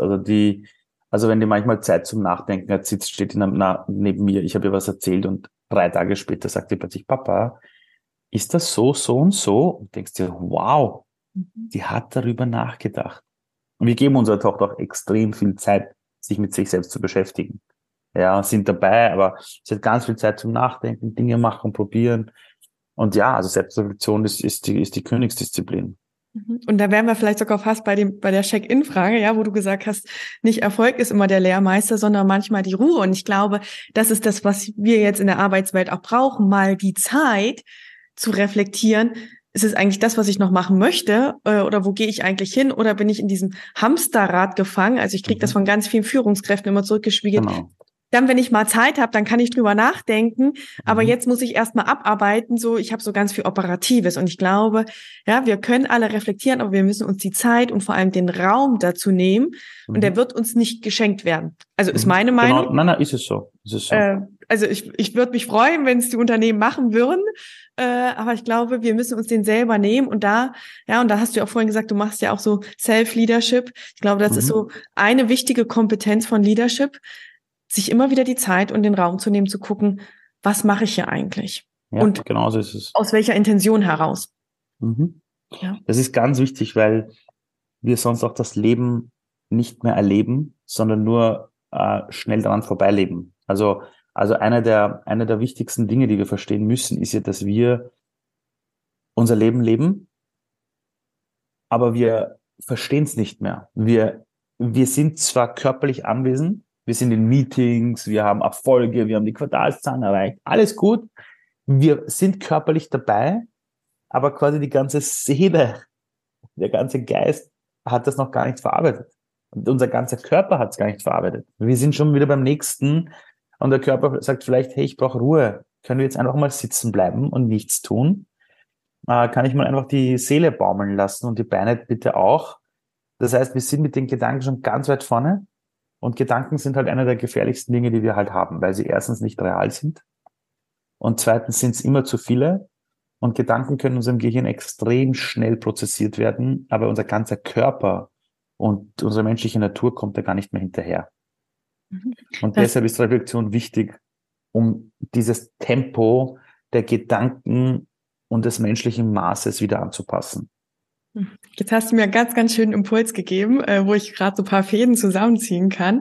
Also wenn die manchmal Zeit zum Nachdenken hat, steht neben mir, ich habe ihr was erzählt und 3 Tage später sagt sie plötzlich, Papa, ist das so und so? Und denkst dir, wow, die hat darüber nachgedacht. Und wir geben unserer Tochter auch extrem viel Zeit, sich mit sich selbst zu beschäftigen. Ja, sind dabei, aber sie hat ganz viel Zeit zum Nachdenken, Dinge machen, probieren. Und ja, also Selbstreflexion ist die Königsdisziplin. Und da wären wir vielleicht sogar fast bei der Check-in-Frage, ja, wo du gesagt hast, nicht Erfolg ist immer der Lehrmeister, sondern manchmal die Ruhe. Und ich glaube, das ist das, was wir jetzt in der Arbeitswelt auch brauchen, mal die Zeit zu reflektieren. Ist es eigentlich das, was ich noch machen möchte? Oder wo gehe ich eigentlich hin? Oder bin ich in diesem Hamsterrad gefangen? Also ich kriege das von ganz vielen Führungskräften immer zurückgespiegelt. Genau. Dann, wenn ich mal Zeit habe, dann kann ich drüber nachdenken. Aber jetzt muss ich erst mal abarbeiten. So, ich habe so ganz viel Operatives. Und ich glaube, ja, wir können alle reflektieren, aber wir müssen uns die Zeit und vor allem den Raum dazu nehmen. Und der wird uns nicht geschenkt werden. Also ist meine Meinung. Genau. Nein, ist es so. Also ich würde mich freuen, wenn es die Unternehmen machen würden. Aber ich glaube, wir müssen uns den selber nehmen. Und da hast du ja auch vorhin gesagt, du machst ja auch so Self-Leadership. Ich glaube, das ist so eine wichtige Kompetenz von Leadership, sich immer wieder die Zeit und den Raum zu nehmen, zu gucken, was mache ich hier eigentlich? Ja, und genau so ist es. Aus welcher Intention heraus? Ja. Das ist ganz wichtig, weil wir sonst auch das Leben nicht mehr erleben, sondern nur schnell daran vorbeileben. Also einer der wichtigsten Dinge, die wir verstehen müssen, ist ja, dass wir unser Leben leben, aber wir verstehen es nicht mehr. Wir sind zwar körperlich anwesend, wir sind in Meetings, wir haben Erfolge, wir haben die Quartalszahlen erreicht, alles gut. Wir sind körperlich dabei, aber quasi die ganze Seele, der ganze Geist hat das noch gar nicht verarbeitet. Und unser ganzer Körper hat es gar nicht verarbeitet. Wir sind schon wieder beim nächsten und der Körper sagt vielleicht, hey, ich brauche Ruhe. Können wir jetzt einfach mal sitzen bleiben und nichts tun? Kann ich mal einfach die Seele baumeln lassen und die Beine bitte auch? Das heißt, wir sind mit den Gedanken schon ganz weit vorne. Und Gedanken sind halt einer der gefährlichsten Dinge, die wir halt haben, weil sie erstens nicht real sind und zweitens sind es immer zu viele und Gedanken können in unserem Gehirn extrem schnell prozessiert werden, aber unser ganzer Körper und unsere menschliche Natur kommt da gar nicht mehr hinterher. Und deshalb ist Reflexion wichtig, um dieses Tempo der Gedanken und des menschlichen Maßes wieder anzupassen. Jetzt hast du mir einen ganz, ganz schönen Impuls gegeben, wo ich gerade so ein paar Fäden zusammenziehen kann.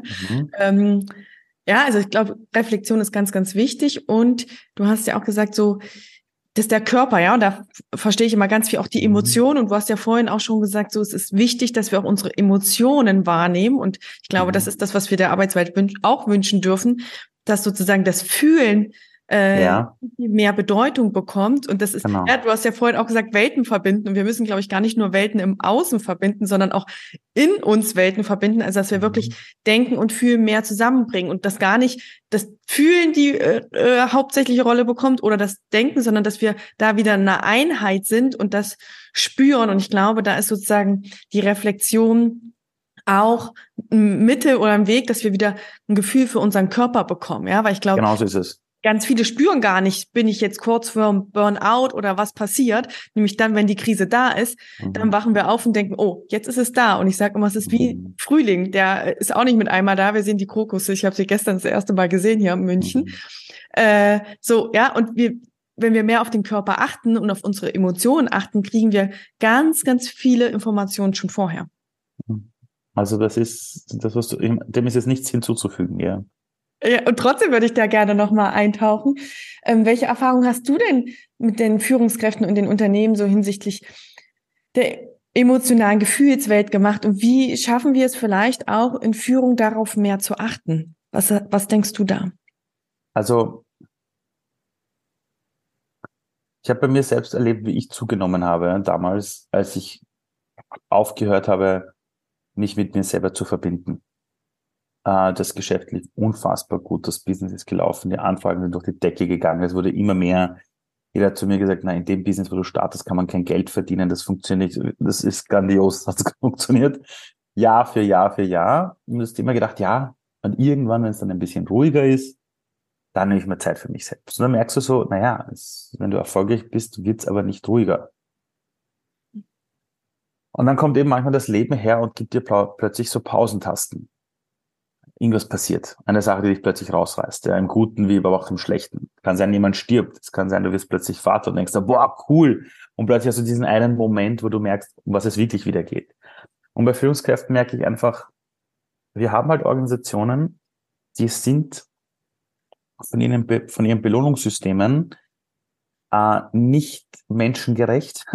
Also ich glaube, Reflexion ist ganz, ganz wichtig. Und du hast ja auch gesagt, so, dass der Körper, ja, und da verstehe ich immer ganz viel auch die Emotionen. Und du hast ja vorhin auch schon gesagt, so, es ist wichtig, dass wir auch unsere Emotionen wahrnehmen. Und ich glaube, das ist das, was wir der Arbeitswelt auch wünschen dürfen, dass sozusagen das Fühlen mehr Bedeutung bekommt. Und das ist, du hast ja vorhin auch gesagt, Welten verbinden. Und wir müssen, glaube ich, gar nicht nur Welten im Außen verbinden, sondern auch in uns Welten verbinden. Also, dass wir wirklich Denken und Fühlen mehr zusammenbringen und dass gar nicht das Fühlen die hauptsächliche Rolle bekommt oder das Denken, sondern dass wir da wieder eine Einheit sind und das spüren. Und ich glaube, da ist sozusagen die Reflexion auch ein Mittel oder ein Weg, dass wir wieder ein Gefühl für unseren Körper bekommen. Ja, weil ich glaube, genauso ist es. ganz viele spüren gar nicht, bin ich jetzt kurz vorm Burnout oder was passiert. Nämlich dann, wenn die Krise da ist, dann Mhm. wachen wir auf und denken, oh, jetzt ist es da. Und ich sage immer, es ist wie Mhm. Frühling. Der ist auch nicht mit einmal da. Wir sehen die Krokusse. Ich habe sie gestern das erste Mal gesehen hier in München. Mhm. Und wenn wir mehr auf den Körper achten und auf unsere Emotionen achten, kriegen wir ganz, ganz viele Informationen schon vorher. Also das ist, das was du, dem ist jetzt nichts hinzuzufügen, ja. Ja, und trotzdem würde ich da gerne nochmal eintauchen. Welche Erfahrungen hast du denn mit den Führungskräften und den Unternehmen so hinsichtlich der emotionalen Gefühlswelt gemacht? Und wie schaffen wir es vielleicht auch in Führung darauf mehr zu achten? Was denkst du da? Also ich habe bei mir selbst erlebt, wie ich zugenommen habe, damals, als ich aufgehört habe, mich mit mir selber zu verbinden. Das Geschäft lief unfassbar gut, das Business ist gelaufen, die Anfragen sind durch die Decke gegangen, es wurde immer mehr. Jeder hat zu mir gesagt, nein, in dem Business, wo du startest, kann man kein Geld verdienen, das funktioniert nicht, das ist grandios, das hat funktioniert. Jahr für Jahr für Jahr. Und du hast immer gedacht, ja, und irgendwann, wenn es dann ein bisschen ruhiger ist, dann nehme ich mir Zeit für mich selbst. Und dann merkst du so, naja, wenn du erfolgreich bist, wird's aber nicht ruhiger. Und dann kommt eben manchmal das Leben her und gibt dir plötzlich so Pausentasten. Irgendwas passiert. Eine Sache, die dich plötzlich rausreißt. Ja, im Guten wie aber auch im Schlechten. Kann sein, jemand stirbt. Es kann sein, du wirst plötzlich Vater und denkst, boah, cool. Und plötzlich hast du diesen einen Moment, wo du merkst, um was es wirklich wieder geht. Und bei Führungskräften merke ich einfach, wir haben halt Organisationen, die sind von ihren Belohnungssystemen nicht menschengerecht,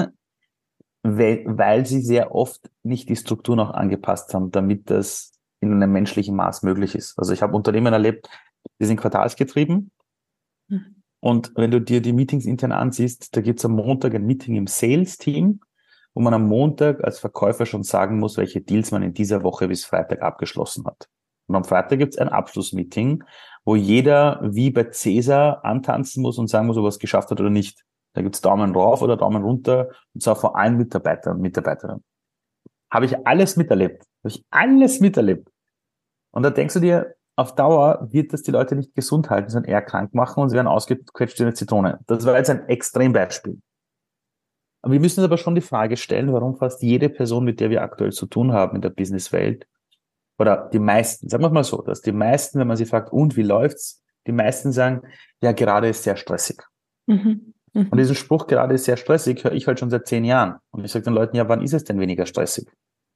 weil sie sehr oft nicht die Struktur noch angepasst haben, damit das in einem menschlichen Maß möglich ist. Also ich habe Unternehmen erlebt, die sind quartalsgetrieben. Mhm. Und wenn du dir die Meetings intern ansiehst, da gibt es am Montag ein Meeting im Sales-Team, wo man am Montag als Verkäufer schon sagen muss, welche Deals man in dieser Woche bis Freitag abgeschlossen hat. Und am Freitag gibt es ein Abschlussmeeting, wo jeder wie bei Cäsar antanzen muss und sagen muss, ob er es geschafft hat oder nicht. Da gibt es Daumen rauf oder Daumen runter, und zwar vor allen Mitarbeitern und Mitarbeiterinnen. Habe ich alles miterlebt. Habe ich alles miterlebt. Und da denkst du dir, auf Dauer wird das die Leute nicht gesund halten, sondern eher krank machen und sie werden ausgequetscht wie eine Zitrone. Das war jetzt ein Extrembeispiel. Aber wir müssen uns aber schon die Frage stellen, warum fast jede Person, mit der wir aktuell zu tun haben in der Businesswelt, oder die meisten, sagen wir mal so, dass die meisten, wenn man sie fragt, und wie läuft's, die meisten sagen, ja, gerade ist sehr stressig. Mhm. Und Mhm. diesen Spruch, gerade ist sehr stressig, höre ich halt schon seit 10 Jahren. Und ich sage den Leuten, ja, wann ist es denn weniger stressig?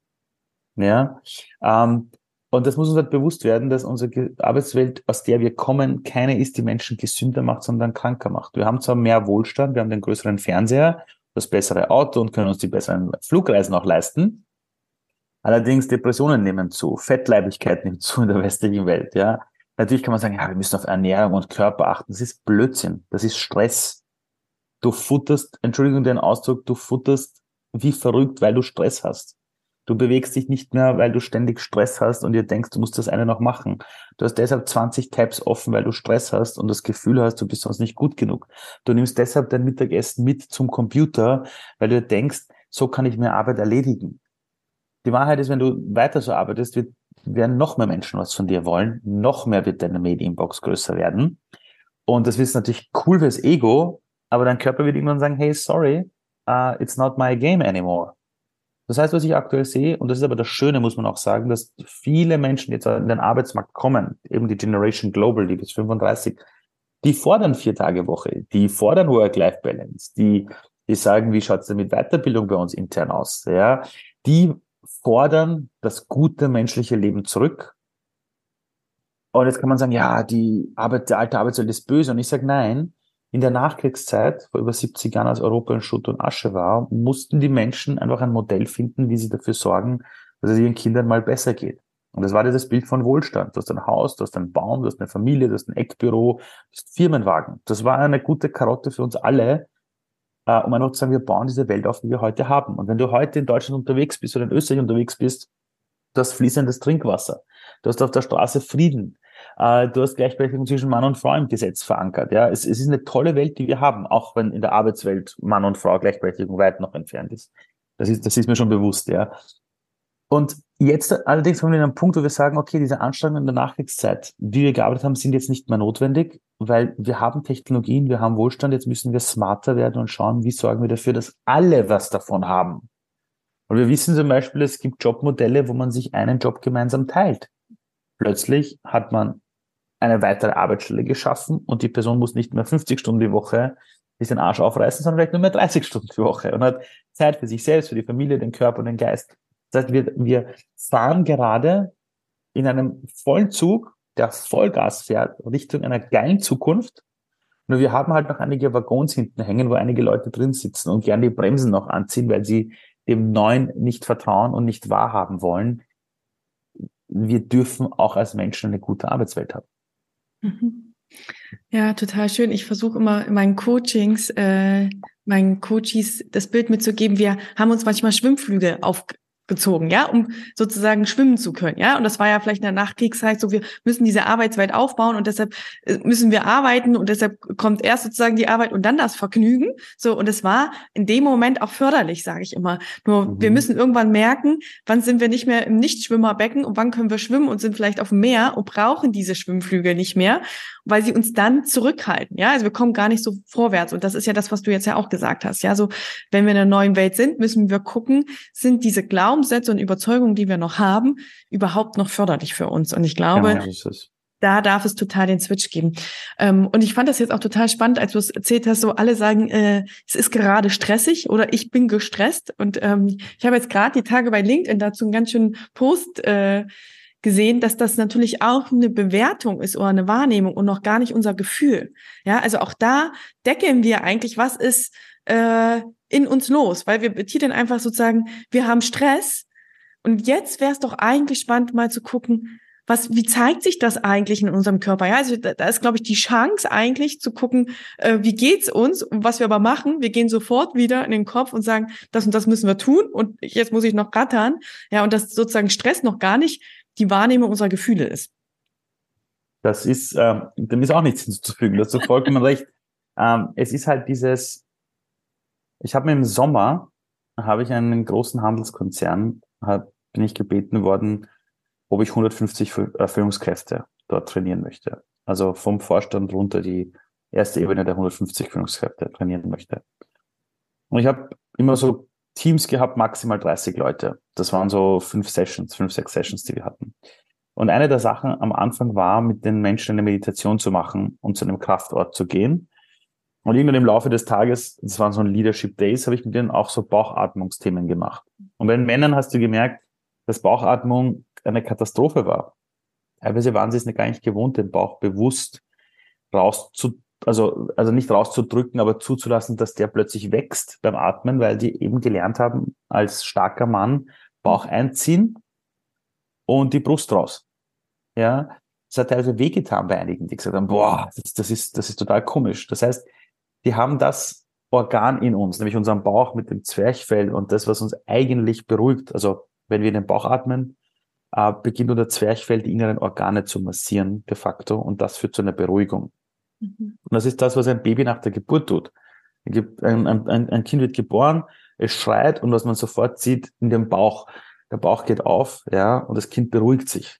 Ja, ähm, und das muss uns halt bewusst werden, dass unsere Arbeitswelt, aus der wir kommen, keine ist, die Menschen gesünder macht, sondern kranker macht. Wir haben zwar mehr Wohlstand, wir haben den größeren Fernseher, das bessere Auto und können uns die besseren Flugreisen auch leisten. Allerdings Depressionen nehmen zu, Fettleibigkeit nimmt zu in der westlichen Welt, ja. Natürlich kann man sagen, ja, wir müssen auf Ernährung und Körper achten. Das ist Blödsinn. Das ist Stress. Du futterst, Entschuldigung den Ausdruck, du futterst wie verrückt, weil du Stress hast. Du bewegst dich nicht mehr, weil du ständig Stress hast und dir denkst, du musst das eine noch machen. Du hast deshalb 20 Tabs offen, weil du Stress hast und das Gefühl hast, du bist sonst nicht gut genug. Du nimmst deshalb dein Mittagessen mit zum Computer, weil du denkst, so kann ich mehr Arbeit erledigen. Die Wahrheit ist, wenn du weiter so arbeitest, werden noch mehr Menschen was von dir wollen, noch mehr wird deine Mail-Inbox größer werden. Und das ist natürlich cool fürs Ego, aber dein Körper wird irgendwann sagen, hey, sorry, it's not my game anymore. Das heißt, was ich aktuell sehe, und das ist aber das Schöne, muss man auch sagen, dass viele Menschen jetzt in den Arbeitsmarkt kommen, eben die Generation Global, die bis 35, die fordern 4-Tage-Woche, die fordern Work-Life-Balance, die sagen, wie schaut's denn mit Weiterbildung bei uns intern aus? Ja, die fordern das gute menschliche Leben zurück. Und jetzt kann man sagen, ja, der alte Arbeitswelt ist böse. Und ich sage, nein, in der Nachkriegszeit, vor über 70 Jahren, als Europa in Schutt und Asche war, mussten die Menschen einfach ein Modell finden, wie sie dafür sorgen, dass es ihren Kindern mal besser geht. Und das war dieses Bild von Wohlstand. Du hast ein Haus, du hast einen Baum, du hast eine Familie, du hast ein Eckbüro, du hast Firmenwagen. Das war eine gute Karotte für uns alle, um einfach zu sagen, wir bauen diese Welt auf, die wir heute haben. Und wenn du heute in Deutschland unterwegs bist oder in Österreich unterwegs bist, du hast fließendes Trinkwasser. Du hast auf der Straße Frieden. Du hast Gleichberechtigung zwischen Mann und Frau im Gesetz verankert. Ja, es ist eine tolle Welt, die wir haben, auch wenn in der Arbeitswelt Mann und Frau Gleichberechtigung weit noch entfernt ist. Das ist mir schon bewusst, ja. Und jetzt allerdings haben wir einen Punkt, wo wir sagen, okay, diese Anstrengungen in der Nachkriegszeit, wie wir gearbeitet haben, sind jetzt nicht mehr notwendig, weil wir haben Technologien, wir haben Wohlstand, jetzt müssen wir smarter werden und schauen, wie sorgen wir dafür, dass alle was davon haben. Und wir wissen zum Beispiel, es gibt Jobmodelle, wo man sich einen Job gemeinsam teilt. Plötzlich hat man eine weitere Arbeitsstelle geschaffen und die Person muss nicht mehr 50 Stunden die Woche sich den Arsch aufreißen, sondern vielleicht nur mehr 30 Stunden die Woche und hat Zeit für sich selbst, für die Familie, den Körper und den Geist. Das heißt, wir fahren gerade in einem vollen Zug, der Vollgas fährt, Richtung einer geilen Zukunft. Nur wir haben halt noch einige Waggons hinten hängen, wo einige Leute drin sitzen und gern die Bremsen noch anziehen, weil sie dem Neuen nicht vertrauen und nicht wahrhaben wollen. Wir dürfen auch als Menschen eine gute Arbeitswelt haben. Mhm. Ja, total schön. Ich versuche immer in meinen Coachings, meinen Coaches das Bild mitzugeben. Wir haben uns manchmal Schwimmflügel aufgezogen, ja, um sozusagen schwimmen zu können, ja. Und das war ja vielleicht in der Nachkriegszeit so, wir müssen diese Arbeitswelt aufbauen und deshalb müssen wir arbeiten und deshalb kommt erst sozusagen die Arbeit und dann das Vergnügen. So, und es war in dem Moment auch förderlich, sage ich immer. Nur wir müssen irgendwann merken, wann sind wir nicht mehr im Nichtschwimmerbecken und wann können wir schwimmen und sind vielleicht auf dem Meer und brauchen diese Schwimmflügel nicht mehr, weil sie uns dann zurückhalten, ja, also wir kommen gar nicht so vorwärts und das ist ja das, was du jetzt ja auch gesagt hast, ja, so, wenn wir in einer neuen Welt sind, müssen wir gucken, sind diese Glaubenssätze und Überzeugungen, die wir noch haben, überhaupt noch förderlich für uns und ich glaube, Genau, so ist es. da darf es total den Switch geben. Und ich fand das jetzt auch total spannend, als du es erzählt hast, so alle sagen, es ist gerade stressig oder ich bin gestresst und ich habe jetzt gerade die Tage bei LinkedIn dazu einen ganz schönen Post gesehen, dass das natürlich auch eine Bewertung ist oder eine Wahrnehmung und noch gar nicht unser Gefühl. Ja, also auch da deckeln wir eigentlich, was ist in uns los, weil wir betiteln einfach sozusagen, wir haben Stress und jetzt wäre es doch eigentlich spannend, mal zu gucken, wie zeigt sich das eigentlich in unserem Körper? Ja, also da ist, glaube ich, die Chance eigentlich zu gucken, wie geht's uns und was wir aber machen. Wir gehen sofort wieder in den Kopf und sagen, das und das müssen wir tun und jetzt muss ich noch rattern. Ja, und dass sozusagen Stress noch gar nicht die Wahrnehmung unserer Gefühle ist. Das ist, dem ist auch nichts hinzuzufügen. Du hast vollkommen recht. Es ist halt ich habe mir im Sommer, habe ich einen großen Handelskonzern, bin ich gebeten worden, ob ich 150 Führungskräfte dort trainieren möchte. Also vom Vorstand runter die erste Ebene der 150 Führungskräfte trainieren möchte. Und ich habe immer so Teams gehabt, maximal 30 Leute. Das waren so 5, 6 Sessions, die wir hatten. Und eine der Sachen am Anfang war, mit den Menschen eine Meditation zu machen und zu einem Kraftort zu gehen. Und irgendwann im Laufe des Tages, das waren so Leadership Days, habe ich mit denen auch so Bauchatmungsthemen gemacht. Und bei den Männern hast du gemerkt, dass Bauchatmung eine Katastrophe war. Teilweise waren sie es gar nicht gewohnt, den Bauch bewusst also nicht rauszudrücken, aber zuzulassen, dass der plötzlich wächst beim Atmen, weil die eben gelernt haben, als starker Mann Bauch einziehen und die Brust raus. Ja, das hat teilweise wehgetan bei einigen, die gesagt haben, boah, das ist total komisch. Das heißt, die haben das Organ in uns, nämlich unseren Bauch mit dem Zwerchfell und das, was uns eigentlich beruhigt. Also wenn wir in den Bauch atmen, beginnt unser Zwerchfell die inneren Organe zu massieren de facto und das führt zu einer Beruhigung. Und das ist das, was ein Baby nach der Geburt tut. Ein Kind wird geboren, es schreit und was man sofort sieht in dem Bauch, der Bauch geht auf, ja, und das Kind beruhigt sich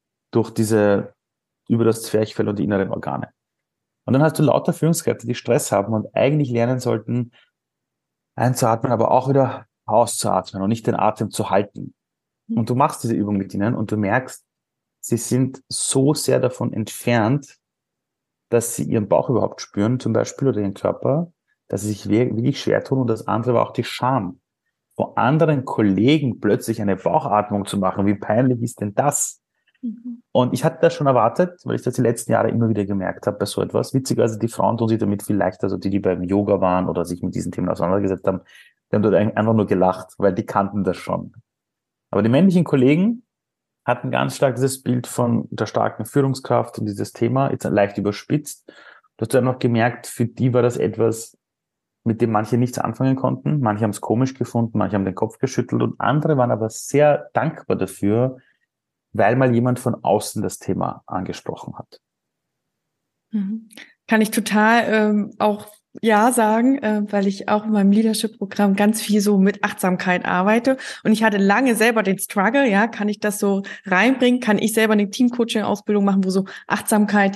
über das Zwerchfell und die inneren Organe. Und dann hast du lauter Führungskräfte, die Stress haben und eigentlich lernen sollten, einzuatmen, aber auch wieder auszuatmen und nicht den Atem zu halten. Und du machst diese Übung mit ihnen und du merkst, sie sind so sehr davon entfernt, dass sie ihren Bauch überhaupt spüren, zum Beispiel, oder ihren Körper, dass sie sich wirklich schwer tun. Und das andere war auch die Scham. Vor anderen Kollegen plötzlich eine Bauchatmung zu machen, wie peinlich ist denn das? Und ich hatte das schon erwartet, weil ich das die letzten Jahre immer wieder gemerkt habe bei so etwas. Witzigerweise, die Frauen tun sich damit viel leichter, also die beim Yoga waren oder sich mit diesen Themen auseinandergesetzt haben, die haben dort einfach nur gelacht, weil die kannten das schon. Aber die männlichen Kollegen hatten ganz stark dieses Bild von der starken Führungskraft und dieses Thema, jetzt leicht überspitzt. Du hast dann noch gemerkt, für die war das etwas, mit dem manche nichts anfangen konnten. Manche haben es komisch gefunden, manche haben den Kopf geschüttelt und andere waren aber sehr dankbar dafür, weil mal jemand von außen das Thema angesprochen hat. Kann ich total auch ja sagen, weil ich auch in meinem Leadership-Programm ganz viel so mit Achtsamkeit arbeite. Und ich hatte lange selber den Struggle, ja, kann ich das so reinbringen? Kann ich selber eine Teamcoaching-Ausbildung machen, wo so Achtsamkeit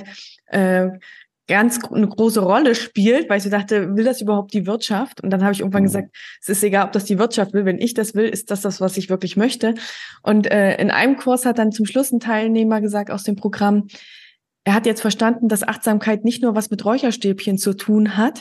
eine große Rolle spielt, weil ich so dachte, will das überhaupt die Wirtschaft? Und dann habe ich irgendwann gesagt, es ist egal, ob das die Wirtschaft will. Wenn ich das will, ist das, was ich wirklich möchte. Und in einem Kurs hat dann zum Schluss ein Teilnehmer gesagt aus dem Programm, er hat jetzt verstanden, dass Achtsamkeit nicht nur was mit Räucherstäbchen zu tun hat,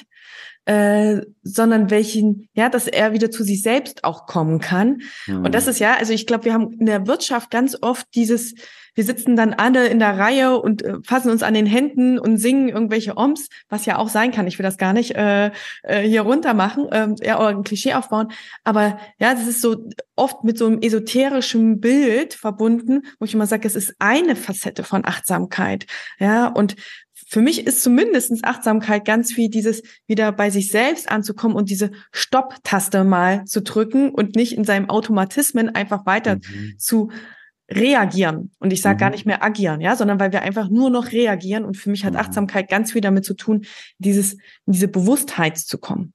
sondern dass er wieder zu sich selbst auch kommen kann. Und das ist also ich glaube, wir haben in der Wirtschaft ganz oft wir sitzen dann alle in der Reihe und fassen uns an den Händen und singen irgendwelche Oms, was ja auch sein kann. Ich will das gar nicht hier runter machen, oder ein Klischee aufbauen. Aber ja, das ist so oft mit so einem esoterischen Bild verbunden, wo ich immer sage, es ist eine Facette von Achtsamkeit. Ja, und für mich ist zumindest Achtsamkeit ganz viel dieses wieder bei sich selbst anzukommen und diese Stopp-Taste mal zu drücken und nicht in seinem Automatismen einfach weiter zu reagieren. Und ich sage gar nicht mehr agieren, ja, sondern weil wir einfach nur noch reagieren. Und für mich hat Achtsamkeit ganz viel damit zu tun, in diese Bewusstheit zu kommen.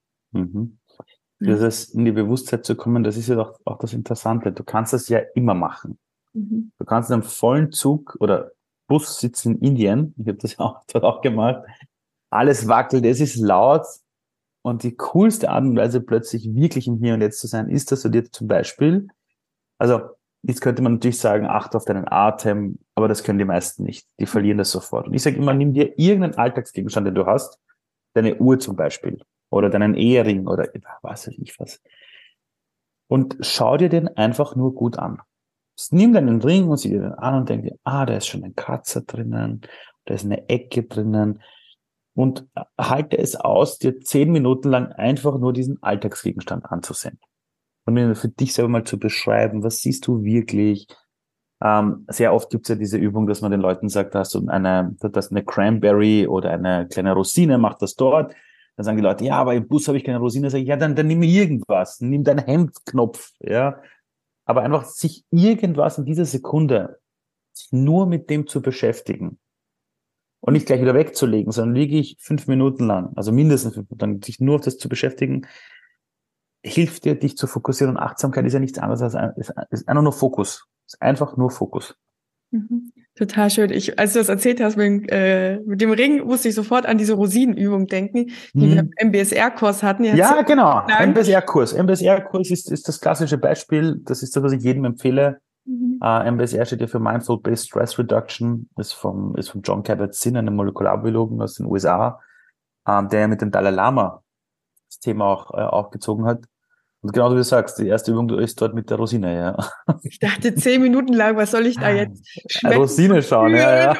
Dieses in die Bewusstheit zu kommen, das ist ja doch auch das Interessante. Du kannst das ja immer machen. Du kannst in einem vollen Zug oder Bus sitzen in Indien, ich habe das ja dort auch gemacht, alles wackelt, es ist laut und die coolste Art und Weise plötzlich wirklich im Hier und Jetzt zu sein, ist, dass du dir zum Beispiel, also jetzt könnte man natürlich sagen, achte auf deinen Atem, aber das können die meisten nicht, die verlieren das sofort. Und ich sage immer, nimm dir irgendeinen Alltagsgegenstand, den du hast, deine Uhr zum Beispiel oder deinen Ehering oder was weiß ich was, und schau dir den einfach nur gut an. Nimm deinen Ring und sieh dir den an und denk dir, da ist schon ein Kratzer drinnen, da ist eine Ecke drinnen und halte es aus, dir 10 Minuten lang einfach nur diesen Alltagsgegenstand anzusehen. Und mir für dich selber mal zu beschreiben, was siehst du wirklich? Sehr oft gibt es ja diese Übung, dass man den Leuten sagt, da hast du eine Cranberry oder eine kleine Rosine, mach das dort. Dann sagen die Leute, ja, aber im Bus habe ich keine Rosine. Sag ich, ja, dann nimm irgendwas, nimm deinen Hemdknopf, ja. Aber einfach sich irgendwas in dieser Sekunde sich nur mit dem zu beschäftigen und nicht gleich wieder wegzulegen, sondern wirklich 5 Minuten lang, also mindestens 5 Minuten lang, sich nur auf das zu beschäftigen, hilft dir, dich zu fokussieren. Und Achtsamkeit ist ja nichts anderes als ist einfach nur Fokus. Ist einfach nur Fokus. Total schön. Als du das erzählt hast mit dem Ring, musste ich sofort an diese Rosinenübung denken, die wir im MBSR-Kurs hatten. Ja, genau. MBSR-Kurs. MBSR-Kurs ist das klassische Beispiel. Das ist das, was ich jedem empfehle. MBSR steht ja für Mindful-Based Stress Reduction. Ist vom John Kabat-Zinn, einem Molekularbiologen aus den USA, der mit dem Dalai Lama das Thema auch aufgezogen hat. Und genau wie du sagst, die erste Übung ist dort mit der Rosine, ja. Ich dachte 10 Minuten lang, was soll ich da jetzt schmecken? Rosine schauen, ja.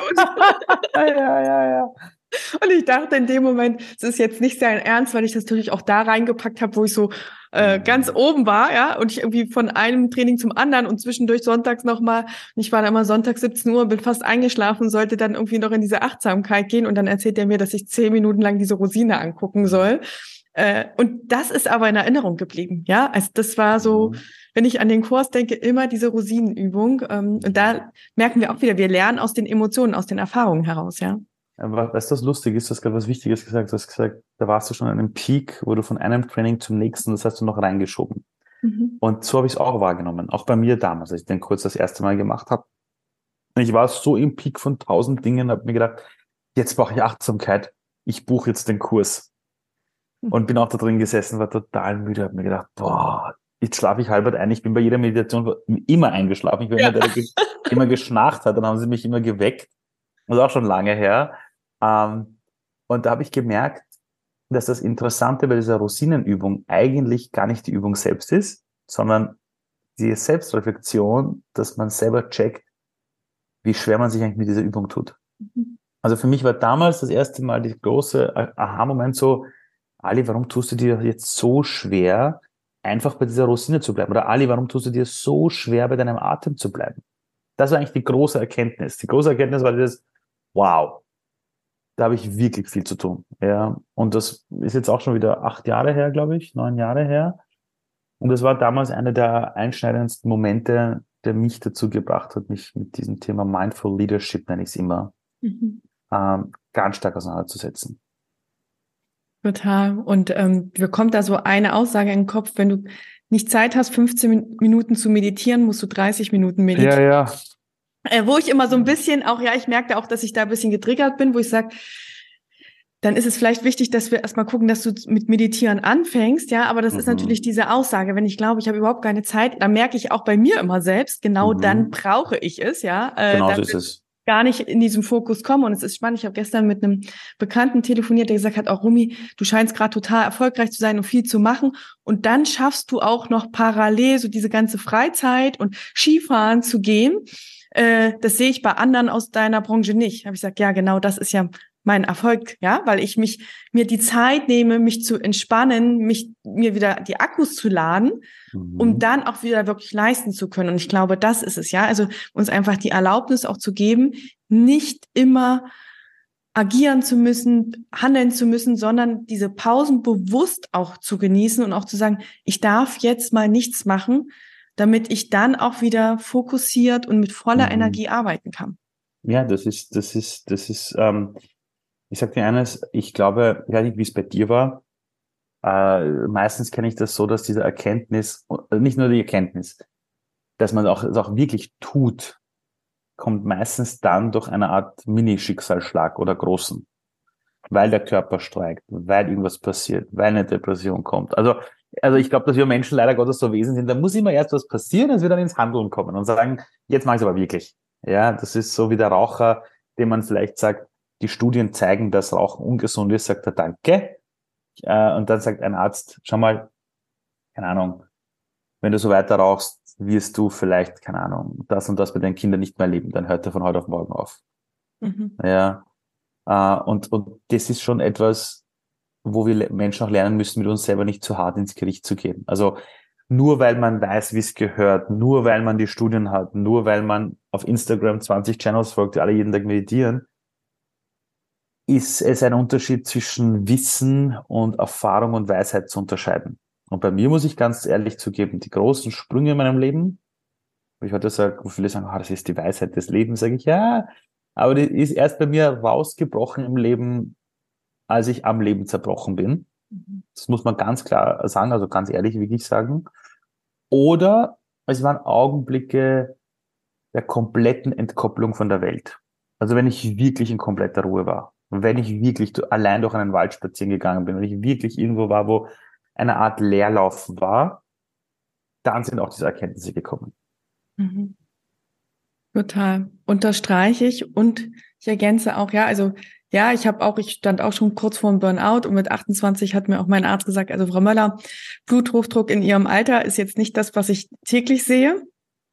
ja. Und ich dachte in dem Moment, es ist jetzt nicht sein Ernst, weil ich das natürlich auch da reingepackt habe, wo ich so ganz oben war, ja, und ich irgendwie von einem Training zum anderen und zwischendurch sonntags nochmal, ich war dann immer sonntags 17 Uhr, bin fast eingeschlafen, sollte dann irgendwie noch in diese Achtsamkeit gehen und dann erzählt er mir, dass ich 10 Minuten lang diese Rosine angucken soll. Und das ist aber in Erinnerung geblieben, ja. Also das war so, wenn ich an den Kurs denke, immer diese Rosinenübung. Und da merken wir auch wieder, wir lernen aus den Emotionen, aus den Erfahrungen heraus, ja. Aber weißt du, was lustig ist? Du hast gerade was Wichtiges gesagt. Du hast gesagt, da warst du schon an einem Peak, wo du von einem Training zum nächsten, das hast du noch reingeschoben. Und so habe ich es auch wahrgenommen. Auch bei mir damals, als ich den Kurs das erste Mal gemacht habe. Und ich war so im Peak von 1000 Dingen, habe mir gedacht, jetzt brauche ich Achtsamkeit. Ich buche jetzt den Kurs. Und bin auch da drin gesessen, war total müde, habe mir gedacht, boah, jetzt schlafe ich halb ein. Ich bin bei jeder Meditation immer eingeschlafen. Ich bin immer der, der immer geschnarcht hat. Dann haben sie mich immer geweckt. Das ist auch schon lange her. Und da habe ich gemerkt, dass das Interessante bei dieser Rosinenübung eigentlich gar nicht die Übung selbst ist, sondern die Selbstreflexion, dass man selber checkt, wie schwer man sich eigentlich mit dieser Übung tut. Also für mich war damals das erste Mal die große Aha-Moment so, Ali, warum tust du dir jetzt so schwer, einfach bei dieser Rosine zu bleiben? Oder Ali, warum tust du dir so schwer, bei deinem Atem zu bleiben? Das war eigentlich die große Erkenntnis. Die große Erkenntnis war dieses, wow, da habe ich wirklich viel zu tun. Ja, und das ist jetzt auch schon wieder 8 Jahre her, glaube ich, 9 Jahre her. Und das war damals einer der einschneidendsten Momente, der mich dazu gebracht hat, mich mit diesem Thema Mindful Leadership, nenne ich es immer, ganz stark auseinanderzusetzen. Total. Und mir kommt da so eine Aussage in den Kopf, wenn du nicht Zeit hast, 15 Minuten zu meditieren, musst du 30 Minuten Ja, meditieren. ja. Wo ich immer so ein bisschen auch, ja, ich merke auch, dass ich da ein bisschen getriggert bin, wo ich sage, dann ist es vielleicht wichtig, dass wir erstmal gucken, dass du mit Meditieren anfängst, ja, aber das ist natürlich Mhm. diese Aussage, wenn ich glaube, ich habe überhaupt keine Zeit, dann merke ich auch bei mir immer selbst, genau dann Mhm. brauche ich es, ja, Genau dann so ist es. gar nicht in diesem Fokus komme. Und es ist spannend, ich habe gestern mit einem Bekannten telefoniert, der gesagt hat, auch Rumi, du scheinst gerade total erfolgreich zu sein und viel zu machen und dann schaffst du auch noch parallel so diese ganze Freizeit und Skifahren zu gehen. Das sehe ich bei anderen aus deiner Branche nicht. Habe ich gesagt, ja, genau, das ist ja mein Erfolg, ja, weil ich mir die Zeit nehme, mich zu entspannen, mir wieder die Akkus zu laden, um Mhm. dann auch wieder wirklich leisten zu können. Und ich glaube, das ist es, ja. Also uns einfach die Erlaubnis auch zu geben, nicht immer agieren zu müssen, handeln zu müssen, sondern diese Pausen bewusst auch zu genießen und auch zu sagen, ich darf jetzt mal nichts machen, damit ich dann auch wieder fokussiert und mit voller Mhm. Energie arbeiten kann. Ja, ich sag dir eines, ich glaube, ich weiß nicht, wie es bei dir war. Meistens kenne ich das so, dass diese Erkenntnis, nicht nur die Erkenntnis, dass man auch, es auch wirklich tut, kommt meistens dann durch eine Art Mini-Schicksalsschlag oder großen, weil der Körper streikt, weil irgendwas passiert, weil eine Depression kommt. Also ich glaube, dass wir Menschen leider Gottes so Wesen sind, da muss immer erst was passieren, dass wir dann ins Handeln kommen und sagen, jetzt mache ich es aber wirklich. Ja, das ist so wie der Raucher, dem man vielleicht sagt, die Studien zeigen, dass Rauchen ungesund ist, sagt er Danke. Und dann sagt ein Arzt, schau mal, keine Ahnung, wenn du so weiter rauchst, wirst du vielleicht, keine Ahnung, das und das bei deinen Kindern nicht mehr leben, dann hört er von heute auf morgen auf. Mhm. Ja, und das ist schon etwas, wo wir Menschen auch lernen müssen, mit uns selber nicht zu hart ins Gericht zu gehen. Also nur weil man weiß, wie es gehört, nur weil man die Studien hat, nur weil man auf Instagram 20 Channels folgt, die alle jeden Tag meditieren, ist es ein Unterschied zwischen Wissen und Erfahrung und Weisheit zu unterscheiden. Und bei mir muss ich ganz ehrlich zugeben, die großen Sprünge in meinem Leben, wo ich heute sage, wo viele sagen, das ist die Weisheit des Lebens, sage ich, ja, aber die ist erst bei mir rausgebrochen im Leben, als ich am Leben zerbrochen bin. Das muss man ganz klar sagen, also ganz ehrlich wirklich sagen. Oder es waren Augenblicke der kompletten Entkopplung von der Welt. Also wenn ich wirklich in kompletter Ruhe war, wenn ich wirklich allein durch einen Wald spazieren gegangen bin, wenn ich wirklich irgendwo war, wo eine Art Leerlauf war, dann sind auch diese Erkenntnisse gekommen. Mhm. Total. Unterstreiche ich und ich ergänze auch, ja, also ja, ich stand auch schon kurz vor dem Burnout und mit 28 hat mir auch mein Arzt gesagt, also Frau Möller, Bluthochdruck in Ihrem Alter ist jetzt nicht das, was ich täglich sehe.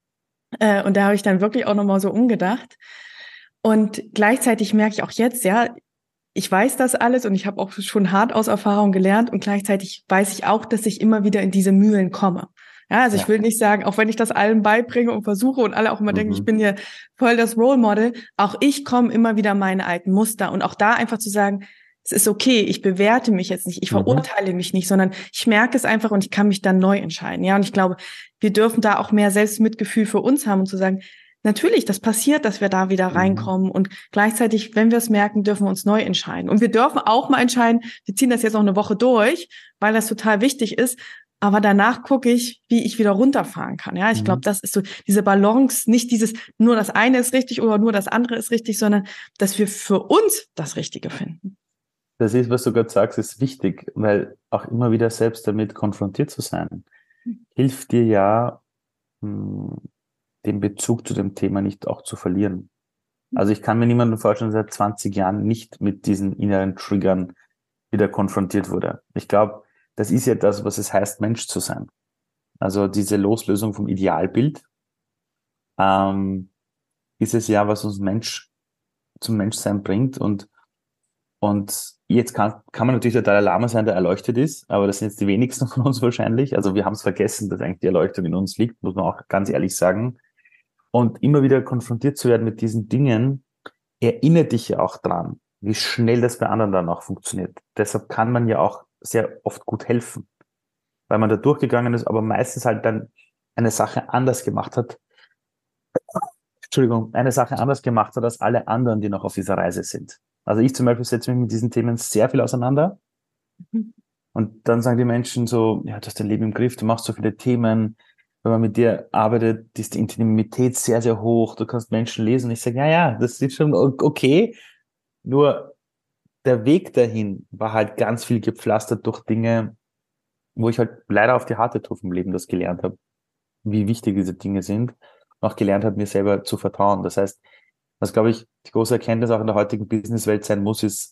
Und da habe ich dann wirklich auch nochmal so umgedacht. Und gleichzeitig merke ich auch jetzt, ja, ich weiß das alles und ich habe auch schon hart aus Erfahrung gelernt und gleichzeitig weiß ich auch, dass ich immer wieder in diese Mühlen komme. Ja, also ich Ja. will nicht sagen, auch wenn ich das allen beibringe und versuche und alle auch immer denken, ich Mhm. bin hier voll das Role Model, auch ich komme immer wieder in meine alten Muster und auch da einfach zu sagen, es ist okay, ich bewerte mich jetzt nicht, ich Mhm. verurteile mich nicht, sondern ich merke es einfach und ich kann mich dann neu entscheiden. Ja, und ich glaube, wir dürfen da auch mehr Selbstmitgefühl für uns haben und zu sagen, natürlich, das passiert, dass wir da wieder Mhm. reinkommen und gleichzeitig, wenn wir es merken, dürfen wir uns neu entscheiden. Und wir dürfen auch mal entscheiden, wir ziehen das jetzt noch eine Woche durch, weil das total wichtig ist. Aber danach gucke ich, wie ich wieder runterfahren kann. Ja, ich glaube, Mhm. das ist so diese Balance, nicht dieses nur das eine ist richtig oder nur das andere ist richtig, sondern dass wir für uns das Richtige finden. Das ist, was du gerade sagst, ist wichtig, weil auch immer wieder selbst damit konfrontiert zu sein, hilft dir ja, mh, den Bezug zu dem Thema nicht auch zu verlieren. Also ich kann mir niemanden vorstellen, der seit 20 Jahren nicht mit diesen inneren Triggern wieder konfrontiert wurde. Ich glaube, das ist ja das, was es heißt, Mensch zu sein. Also diese Loslösung vom Idealbild, ähm, ist es ja, was uns Mensch zum Menschsein bringt. Und jetzt kann man natürlich der Dalai Lama sein, der erleuchtet ist, aber das sind jetzt die wenigsten von uns wahrscheinlich. Also wir haben es vergessen, dass eigentlich die Erleuchtung in uns liegt, muss man auch ganz ehrlich sagen. Und immer wieder konfrontiert zu werden mit diesen Dingen, erinnert dich ja auch dran, wie schnell das bei anderen dann auch funktioniert. Deshalb kann man ja auch sehr oft gut helfen, weil man da durchgegangen ist, aber meistens halt dann eine Sache anders gemacht hat. Entschuldigung, eine Sache anders gemacht hat als alle anderen, die noch auf dieser Reise sind. Also ich zum Beispiel setze mich mit diesen Themen sehr viel auseinander. Mhm. Und dann sagen die Menschen so, ja, du hast dein Leben im Griff, du machst so viele Themen, wenn man mit dir arbeitet, ist die Intimität sehr, sehr hoch, du kannst Menschen lesen. Und ich sage, ja, ja, das ist schon okay, nur der Weg dahin war halt ganz viel gepflastert durch Dinge, wo ich halt leider auf die harte Tour vom Leben das gelernt habe, wie wichtig diese Dinge sind und auch gelernt habe, mir selber zu vertrauen. Das heißt, was, glaube ich, die große Erkenntnis auch in der heutigen Businesswelt sein muss, ist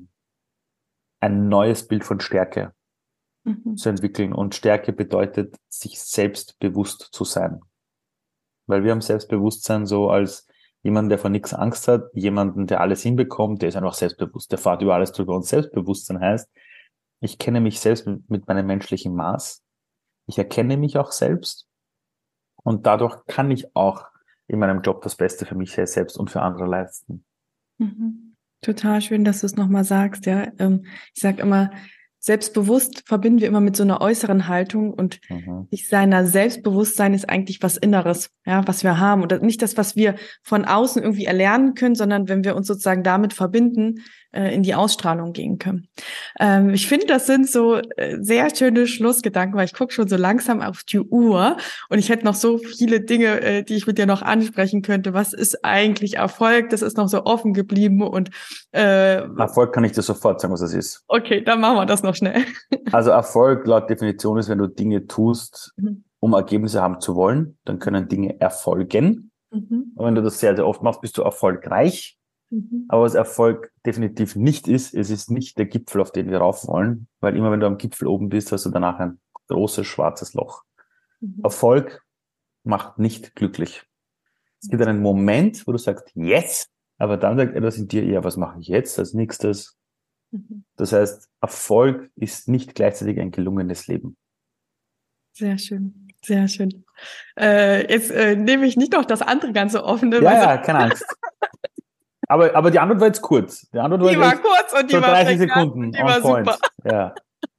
ein neues Bild von Stärke Mhm. zu entwickeln. Und Stärke bedeutet, sich selbstbewusst zu sein. Weil wir haben Selbstbewusstsein so als jemanden, der vor nichts Angst hat, jemanden, der alles hinbekommt, der ist einfach selbstbewusst, der fährt über alles drüber. Und Selbstbewusstsein heißt, ich kenne mich selbst mit meinem menschlichen Maß. Ich erkenne mich auch selbst. Und dadurch kann ich auch in meinem Job das Beste für mich selbst und für andere leisten. Mhm. Total schön, dass du es nochmal sagst, ja. Ich sage immer, selbstbewusst verbinden wir immer mit so einer äußeren Haltung und Mhm. sich seiner Selbstbewusstsein ist eigentlich was Inneres, ja, was wir haben. Und nicht das, was wir von außen irgendwie erlernen können, sondern wenn wir uns sozusagen damit verbinden, in die Ausstrahlung gehen können. Ich finde, das sind so sehr schöne Schlussgedanken, weil ich gucke schon so langsam auf die Uhr und ich hätte noch so viele Dinge, die ich mit dir noch ansprechen könnte. Was ist eigentlich Erfolg? Das ist noch so offen geblieben und Erfolg kann ich dir sofort sagen, was es ist. okay, dann machen wir das noch schnell. Also Erfolg laut Definition ist, wenn du Dinge tust, Mhm. um Ergebnisse haben zu wollen, dann können Dinge erfolgen. Mhm. Und wenn du das sehr, sehr oft machst, bist du erfolgreich. Mhm. Aber was Erfolg definitiv nicht ist, es ist nicht der Gipfel, auf den wir rauf wollen, weil immer wenn du am Gipfel oben bist, hast du danach ein großes schwarzes Loch. Mhm. Erfolg macht nicht glücklich. Es gibt einen Moment, wo du sagst, yes, aber dann sagt etwas in dir, ja, was mache ich jetzt als nächstes? Mhm. Das heißt, Erfolg ist nicht gleichzeitig ein gelungenes Leben. Sehr schön, sehr schön. Jetzt nehme ich nicht noch das andere ganze offene, Ja, weil ja, keine Angst. Aber die Antwort war jetzt kurz. Die Antwort war die jetzt war echt kurz und so die war 30 prägnant und Sekunden die on war super. point. Ja.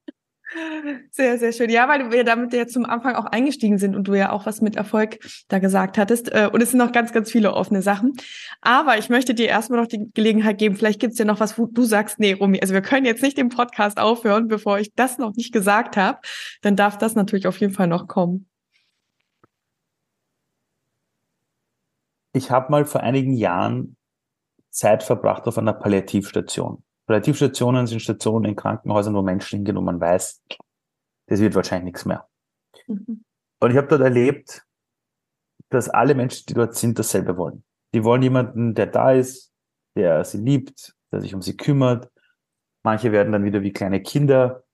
Sehr, sehr schön. Ja, weil wir damit ja zum Anfang auch eingestiegen sind und du ja auch was mit Erfolg da gesagt hattest. Und es sind noch ganz, ganz viele offene Sachen. Aber ich möchte dir erstmal noch die Gelegenheit geben, vielleicht gibt es ja noch was, wo du sagst, nee, Romy, also wir können jetzt nicht den Podcast aufhören, bevor ich das noch nicht gesagt habe. Dann darf das natürlich auf jeden Fall noch kommen. Ich habe mal vor einigen Jahren Zeit verbracht auf einer Palliativstation. Palliativstationen sind Stationen in Krankenhäusern, wo Menschen hingehen und man weiß, das wird wahrscheinlich nichts mehr. Mhm. Und ich habe dort erlebt, dass alle Menschen, die dort sind, dasselbe wollen. Die wollen jemanden, der da ist, der sie liebt, der sich um sie kümmert. Manche werden dann wieder wie kleine Kinder.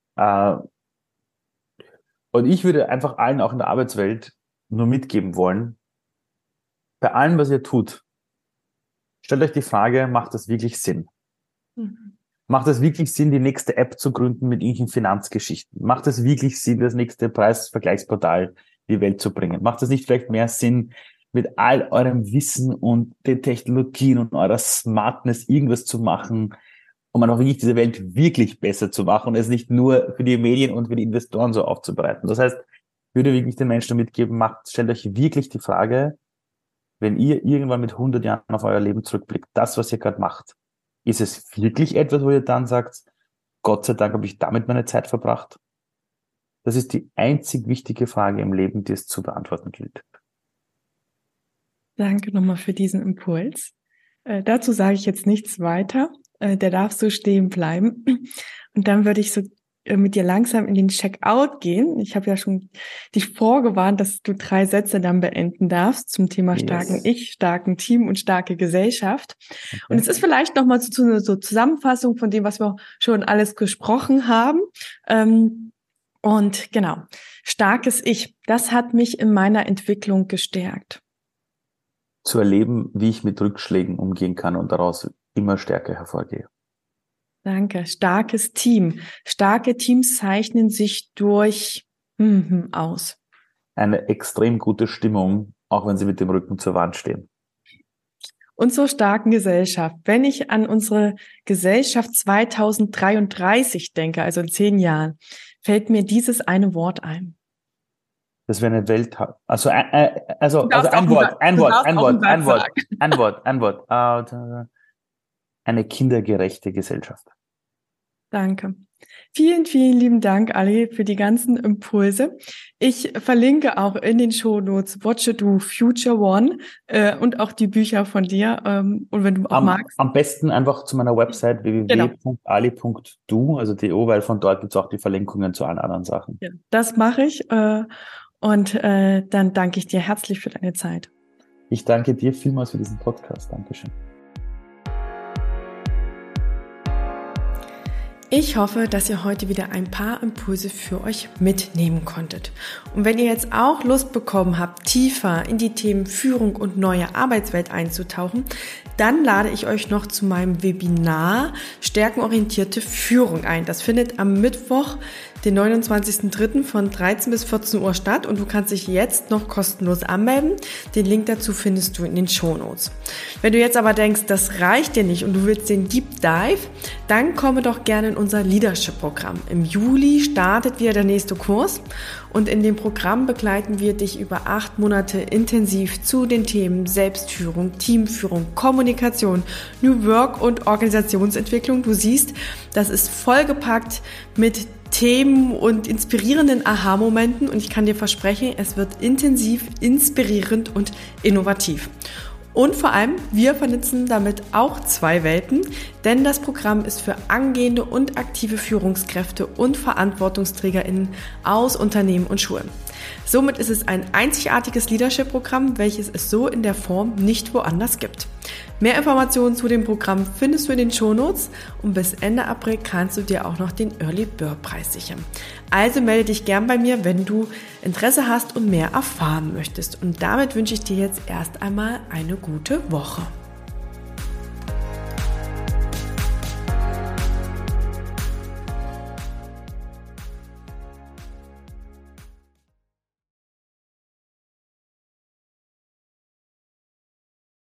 Und ich würde einfach allen auch in der Arbeitswelt nur mitgeben wollen, bei allem, was ihr tut, stellt euch die Frage, macht das wirklich Sinn? Mhm. Macht es wirklich Sinn, die nächste App zu gründen mit irgendwelchen Finanzgeschichten? Macht es wirklich Sinn, das nächste Preisvergleichsportal in die Welt zu bringen? Macht es nicht vielleicht mehr Sinn, mit all eurem Wissen und den Technologien und eurer Smartness irgendwas zu machen, um einfach wirklich diese Welt wirklich besser zu machen und es nicht nur für die Medien und für die Investoren so aufzubereiten? Das heißt, ich würde wirklich den Menschen mitgeben, stellt euch wirklich die Frage, wenn ihr irgendwann mit 100 Jahren auf euer Leben zurückblickt, das, was ihr gerade macht, ist es wirklich etwas, wo ihr dann sagt, Gott sei Dank habe ich damit meine Zeit verbracht? Das ist die einzig wichtige Frage im Leben, die es zu beantworten gilt. Danke nochmal für diesen Impuls. Dazu sage ich jetzt nichts weiter. Der darf so stehen bleiben. Und dann würde ich so mit dir langsam in den Checkout gehen. Ich habe ja schon dich vorgewarnt, dass du 3 Sätze dann beenden darfst zum Thema starken Yes. Ich, starken Team und starke Gesellschaft. Und Okay. es ist vielleicht nochmal so eine so Zusammenfassung von dem, was wir schon alles gesprochen haben. Und genau, starkes Ich, das hat mich in meiner Entwicklung gestärkt. Zu erleben, wie ich mit Rückschlägen umgehen kann und daraus immer stärker hervorgehe. Danke. Starkes Team. Starke Teams zeichnen sich durch aus. Eine extrem gute Stimmung, auch wenn sie mit dem Rücken zur Wand stehen. Und zur starken Gesellschaft. Wenn ich an unsere Gesellschaft 2033 denke, also in 10 Jahren, fällt mir dieses eine Wort ein. Dass wir eine Welt haben. Also Du darfst auch ein Wort, ein du Wort, darfst ein auch einen Wort, Satz ein Wort, sagen. ein Wort, ein Wort. Eine kindergerechte Gesellschaft. Danke. Vielen, vielen lieben Dank, Ali, für die ganzen Impulse. Ich verlinke auch in den Shownotes What You Do Future One und auch die Bücher von dir. Und wenn du auch magst. Am besten einfach zu meiner Website Genau. www.ali.du, also DO, weil von dort gibt es auch die Verlinkungen zu allen anderen Sachen. Ja, das mache ich. Und dann danke ich dir herzlich für deine Zeit. Ich danke dir vielmals für diesen Podcast. Dankeschön. Ich hoffe, dass ihr heute wieder ein paar Impulse für euch mitnehmen konntet. Und wenn ihr jetzt auch Lust bekommen habt, tiefer in die Themen Führung und neue Arbeitswelt einzutauchen, dann lade ich euch noch zu meinem Webinar Stärkenorientierte Führung ein. Das findet am Mittwoch, den 29.03. von 13 bis 14 Uhr statt und du kannst dich jetzt noch kostenlos anmelden. Den Link dazu findest du in den Shownotes. Wenn du jetzt aber denkst, das reicht dir nicht und du willst den Deep Dive, dann komme doch gerne in unser Leadership-Programm. Im Juli startet wieder der nächste Kurs und in dem Programm begleiten wir dich über 8 Monate intensiv zu den Themen Selbstführung, Teamführung, Kommunikation, New Work und Organisationsentwicklung. Du siehst, das ist vollgepackt mit Themen und inspirierenden Aha-Momenten und ich kann dir versprechen, es wird intensiv, inspirierend und innovativ. Und vor allem, wir vernetzen damit auch 2 Welten, denn das Programm ist für angehende und aktive Führungskräfte und VerantwortungsträgerInnen aus Unternehmen und Schulen. Somit ist es ein einzigartiges Leadership-Programm, welches es so in der Form nicht woanders gibt. Mehr Informationen zu dem Programm findest du in den Shownotes und bis Ende April kannst du dir auch noch den Early Bird Preis sichern. Also melde dich gern bei mir, wenn du Interesse hast und mehr erfahren möchtest. Und damit wünsche ich dir jetzt erst einmal eine gute Woche.